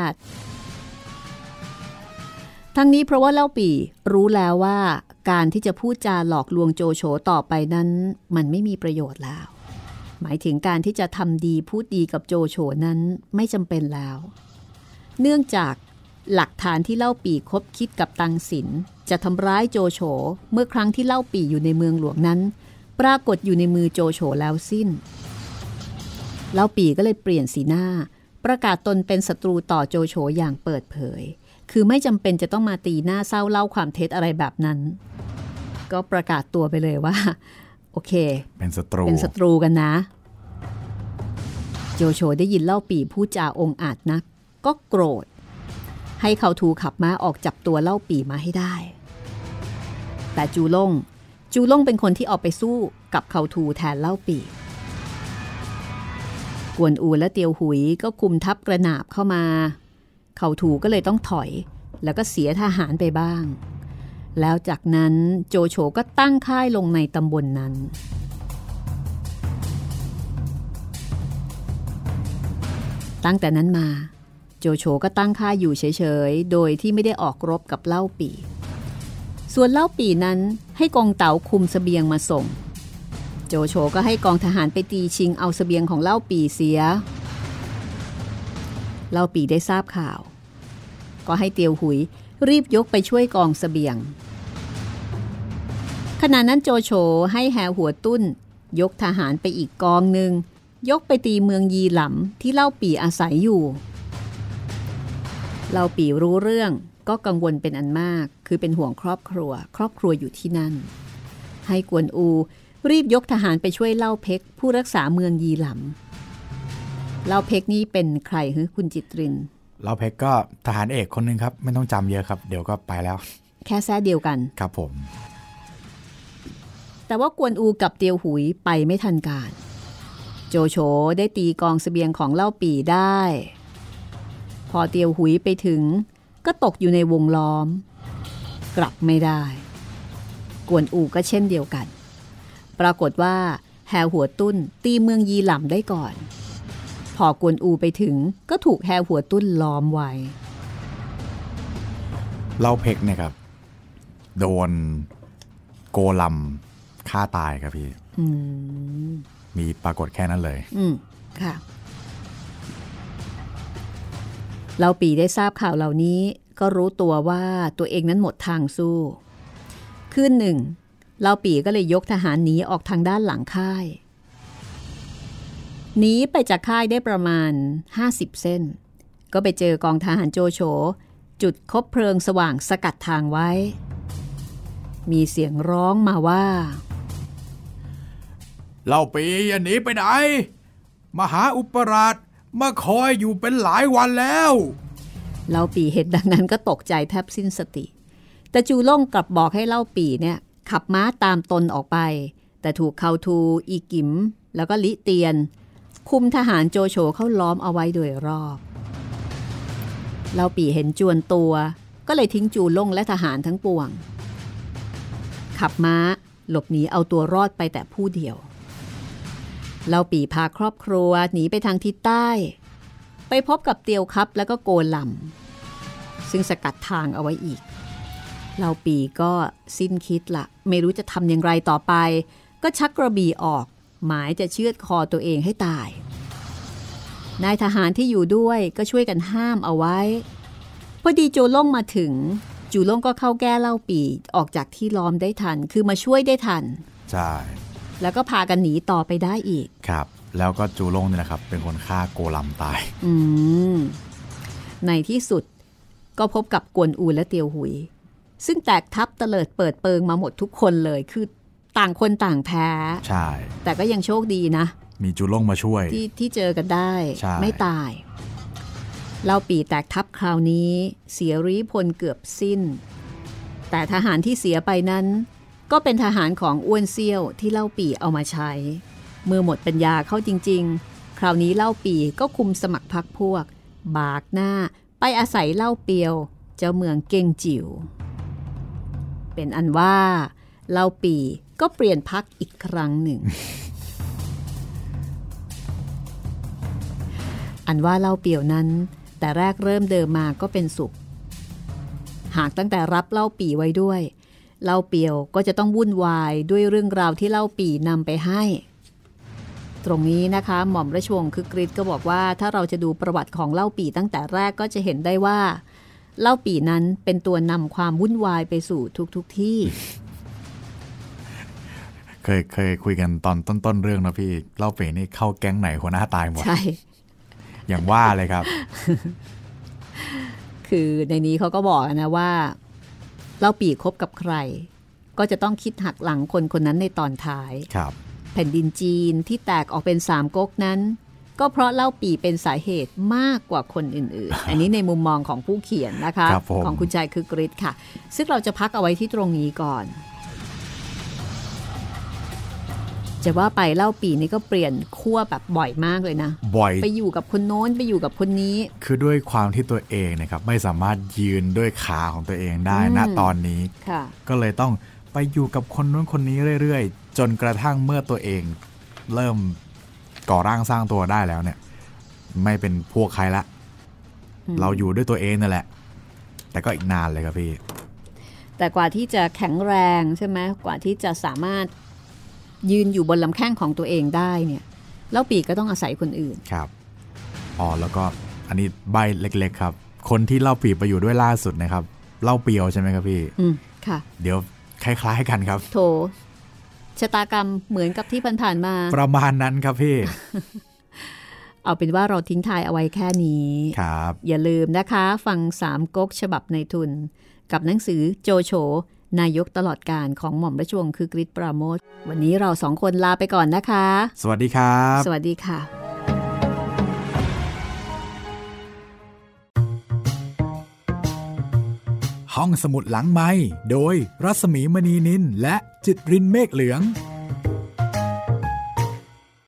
ทั้งนี้เพราะว่าเล่าปี่รู้แล้วว่าการที่จะพูดจาหลอกลวงโจโฉต่อไปนั้นมันไม่มีประโยชน์แล้วหมายถึงการที่จะทำดีพูดดีกับโจโฉนั้นไม่จำเป็นแล้วเนื่องจากหลักฐานที่เล่าปี่คบคิดกับตังสินจะทำร้ายโจโฉเมื่อครั้งที่เล่าปี่อยู่ในเมืองหลวงนั้นปรากฏอยู่ในมือโจโฉแล้วสิ้นเล่าปี่ก็เลยเปลี่ยนสีหน้าประกาศตนเป็นศัตรูต่อโจโฉอย่างเปิดเผยคือไม่จำเป็นจะต้องมาตีหน้าเศร้าเล่าความเท็จอะไรแบบนั้นก็ประกาศตัวไปเลยว่าโอเคเป็นศัตรูเป็นศัตรูกันนะโจโฉได้ยินเล่าปี่พูดจาองอาจนักก็โกรธให้เขาทูขับม้าออกจับตัวเล่าปี่มาให้ได้แต่จูล่งจูล่งเป็นคนที่ออกไปสู้กับเขาทูแทนเล่าปี่กวนอูและเตียวหุยก็คุมทัพกระหนาบเข้ามาเขาทูก็เลยต้องถอยแล้วก็เสียทหารไปบ้างแล้วจากนั้นโจโฉก็ตั้งค่ายลงในตำบล น, นั้นตั้งแต่นั้นมาโจโฉก็ตั้งค่ายอยู่เฉยๆโดยที่ไม่ได้ออกรบกับเล่าปี่ส่วนเล่าปี่นั้นให้กองเต๋าคุมเสบียงมาส่งโจโฉก็ให้กองทหารไปตีชิงเอาเสบียงของเล่าปี่เสียเล่าปี่ได้ทราบข่าวก็ให้เตียวหุยรีบยกไปช่วยกองเสบียงขณะนั้นโจโฉให้แฮหัวตุ้นยกทหารไปอีกกองหนึ่งยกไปตีเมืองยีหลำที่เล่าปี่อาศัยอยู่เล่าปี่รู้เรื่องก็กังวลเป็นอันมากคือเป็นห่วงครอบครัวครอบครัวอยู่ที่นั่นให้กวนอูรีบยกทหารไปช่วยเล่าเพ็กผู้รักษาเมืองยีหลำเล่าเพ็กนี่เป็นใครฮึคุณจิตรินเล่าเพ็กก็ทหารเอกคนนึงครับไม่ต้องจำเยอะครับเดี๋ยวก็ไปแล้วแค่แซ่เดียวกันครับผมแต่ว่ากวนอูกับเตียวหุยไปไม่ทันการโจโฉได้ตีกองเสบียงของเล่าปี่ได้พอเตียวหุยไปถึงก็ตกอยู่ในวงล้อมกลับไม่ได้กวนอูก็เช่นเดียวกันปรากฏว่าแฮหัวตุ้นตีเมืองยีหลำได้ก่อนพอกวนอูไปถึงก็ถูกแฮหัวตุ้นล้อมไว้เล่าเพ็กเนี่ยครับโดนโกลัมฆ่าตายครับพี่มีปรากฏแค่นั้นเลยอืมค่ะเล่าปี่ได้ทราบข่าวเหล่านี้ก็รู้ตัวว่าตัวเองนั้นหมดทางสู้คืนหนึ่งเล่าปี่ก็เลยยกทหารหนีออกทางด้านหลังค่ายหนีไปจากค่ายได้ประมาณห้าสิบเส้นก็ไปเจอกองทหารโจโฉจุดคบเพลิงสว่างสกัดทางไว้มีเสียงร้องมาว่าเล่าปี่อย่าหนีไปไหนมหาอุปราชมาคอยอยู่เป็นหลายวันแล้วเล่าปี่เห็นดังนั้นก็ตกใจแทบสิ้นสติแต่จูล่งกลับบอกให้เล่าปี่เนี่ยขับม้าตามตนออกไปแต่ถูกเขาทูอีกิมแล้วก็ลิเตียนคุมทหารโจโฉเข้าล้อมเอาไว้โดยรอบเล่าปี่เห็นจวนตัวก็เลยทิ้งจูล่งและทหารทั้งปวงขับม้าหลบหนีเอาตัวรอดไปแต่ผู้เดียวเล่าปี่พาครอบครัวหนีไปทางทิศใต้ไปพบกับเตียวคับแล้วก็โกลำซึ่งสกัดทางเอาไว้อีกเล่าปี่ก็สิ้นคิดละไม่รู้จะทำอย่างไรต่อไปก็ชักกระบี่ออกหมายจะเชือดคอตัวเองให้ตายนายทหารที่อยู่ด้วยก็ช่วยกันห้ามเอาไว้พอดีโจล่งมาถึงจูล่งก็เข้าแก้เล่าปี่ออกจากที่ล้อมได้ทันคือมาช่วยได้ทันใช่แล้วก็พากันหนีต่อไปได้อีกครับแล้วก็จูล่งเนี่ยนะครับเป็นคนฆ่าโกลัมตายอืมในที่สุดก็พบกับกวนอูและเตียวหุยซึ่งแตกทับเตลิดเปิดเปิงมาหมดทุกคนเลยคือต่างคนต่างแพ้ใช่แต่ก็ยังโชคดีนะมีจูล่งมาช่วยที่ที่เจอกันได้ไม่ตายเล่าปี่แตกทับคราวนี้เสียรีพลเกือบสิ้นแต่ทหารที่เสียไปนั้นก็เป็นทหารของอ้วนเซี่ยวที่เล่าปี่เอามาใช้เมื่อหมดปัญญาเข้าจริงๆคราวนี้เล่าปี่ก็คุมสมัครพรรคพวกบากหน้าไปอาศัยเล่าเปียวเจ้าเมืองเก้งจิ๋วเป็นอันว่าเล่าปี่ก็เปลี่ยนพรรคอีกครั้งหนึ่ง อันว่าเล่าเปียวนั้นแต่แรกเริ่มเดิมมาก็เป็นสุขหากตั้งแต่รับเล่าปี่ไว้ด้วยเล่าเปียวก็จะต้องวุ่นวายด้วยเรื่องราวที่เล่าปี่นำไปให้ตรงนี้นะคะหม่อมราชวงศ์คึกฤทธิ์ก็บอกว่าถ้าเราจะดูประวัติของเล่าปี่ตั้งแต่แรกก็จะเห็นได้ว่าเล่าปี่นั้นเป็นตัวนำความวุ่นวายไปสู่ทุกๆ ที่เคยเคยคุยกันตอนต้นๆเรื่องนะพี่เล่าปี่นี่เข้าแก๊งไหนหัวหน้าตายหมดใช่อย่างว่าเลยครับคือในนี้เขาก็บอกนะว่าเล่าปี่คบกับใครก็จะต้องคิดหักหลังคนคนนั้นในตอนท้ายครับแผ่นดินจีนที่แตกออกเป็นสามก๊กนั้นก็เพราะเล่าปี่เป็นสาเหตุมากกว่าคนอื่นๆ อันนี้ในมุมมองของผู้เขียนนะคะ ของคุณชายคึกฤทธิ์ค่ะซึ่งเราจะพักเอาไว้ที่ตรงนี้ก่อนจะว่าไปเล่าปี่นี่ก็เปลี่ยนขั้วแบบบ่อยมากเลยนะบ่อยไปอยู่กับคนโน้นไปอยู่กับคนนี้คือด้วยความที่ตัวเองนะครับไม่สามารถยืนด้วยขาของตัวเองได้ณตอนนี้ก็เลยต้องไปอยู่กับคนโน้นคนนี้เรื่อยๆจนกระทั่งเมื่อตัวเองเริ่มก่อร่างสร้างตัวได้แล้วเนี่ยไม่เป็นพวกใครละเราอยู่ด้วยตัวเองนั่นแหละแต่ก็อีกนานเลยครับพี่แต่กว่าที่จะแข็งแรงใช่ไหมกว่าที่จะสามารถยืนอยู่บนลำแข้งของตัวเองได้เนี่ยเล่าปี่ก็ต้องอาศัยคนอื่นครับอ๋อแล้วก็อันนี้ใบเล็กๆครับคนที่เล่าปี่ไปอยู่ด้วยล่าสุดนะครับเล่าเปียวใช่ไหมครับพี่อืมค่ะเดี๋ยวคล้ายๆกันครับโถชะตากรรมเหมือนกับที่ผ่านๆมาประมาณนั้นครับพี่เอาเป็นว่าเราทิ้งท้ายเอาไว้แค่นี้ครับอย่าลืมนะคะฟังสามก๊กฉบับในทุนกับหนังสือโจโฉนายกตลอดการของหม่อมราชวงศ์คึกฤทธิ์ปราโมชวันนี้เราสองคนลาไปก่อนนะคะสวัสดีครับสวัสดีค่ะห้องสมุดหลังไมค์โดยรัศมีมณีนินและจิตรินเมฆเหลือง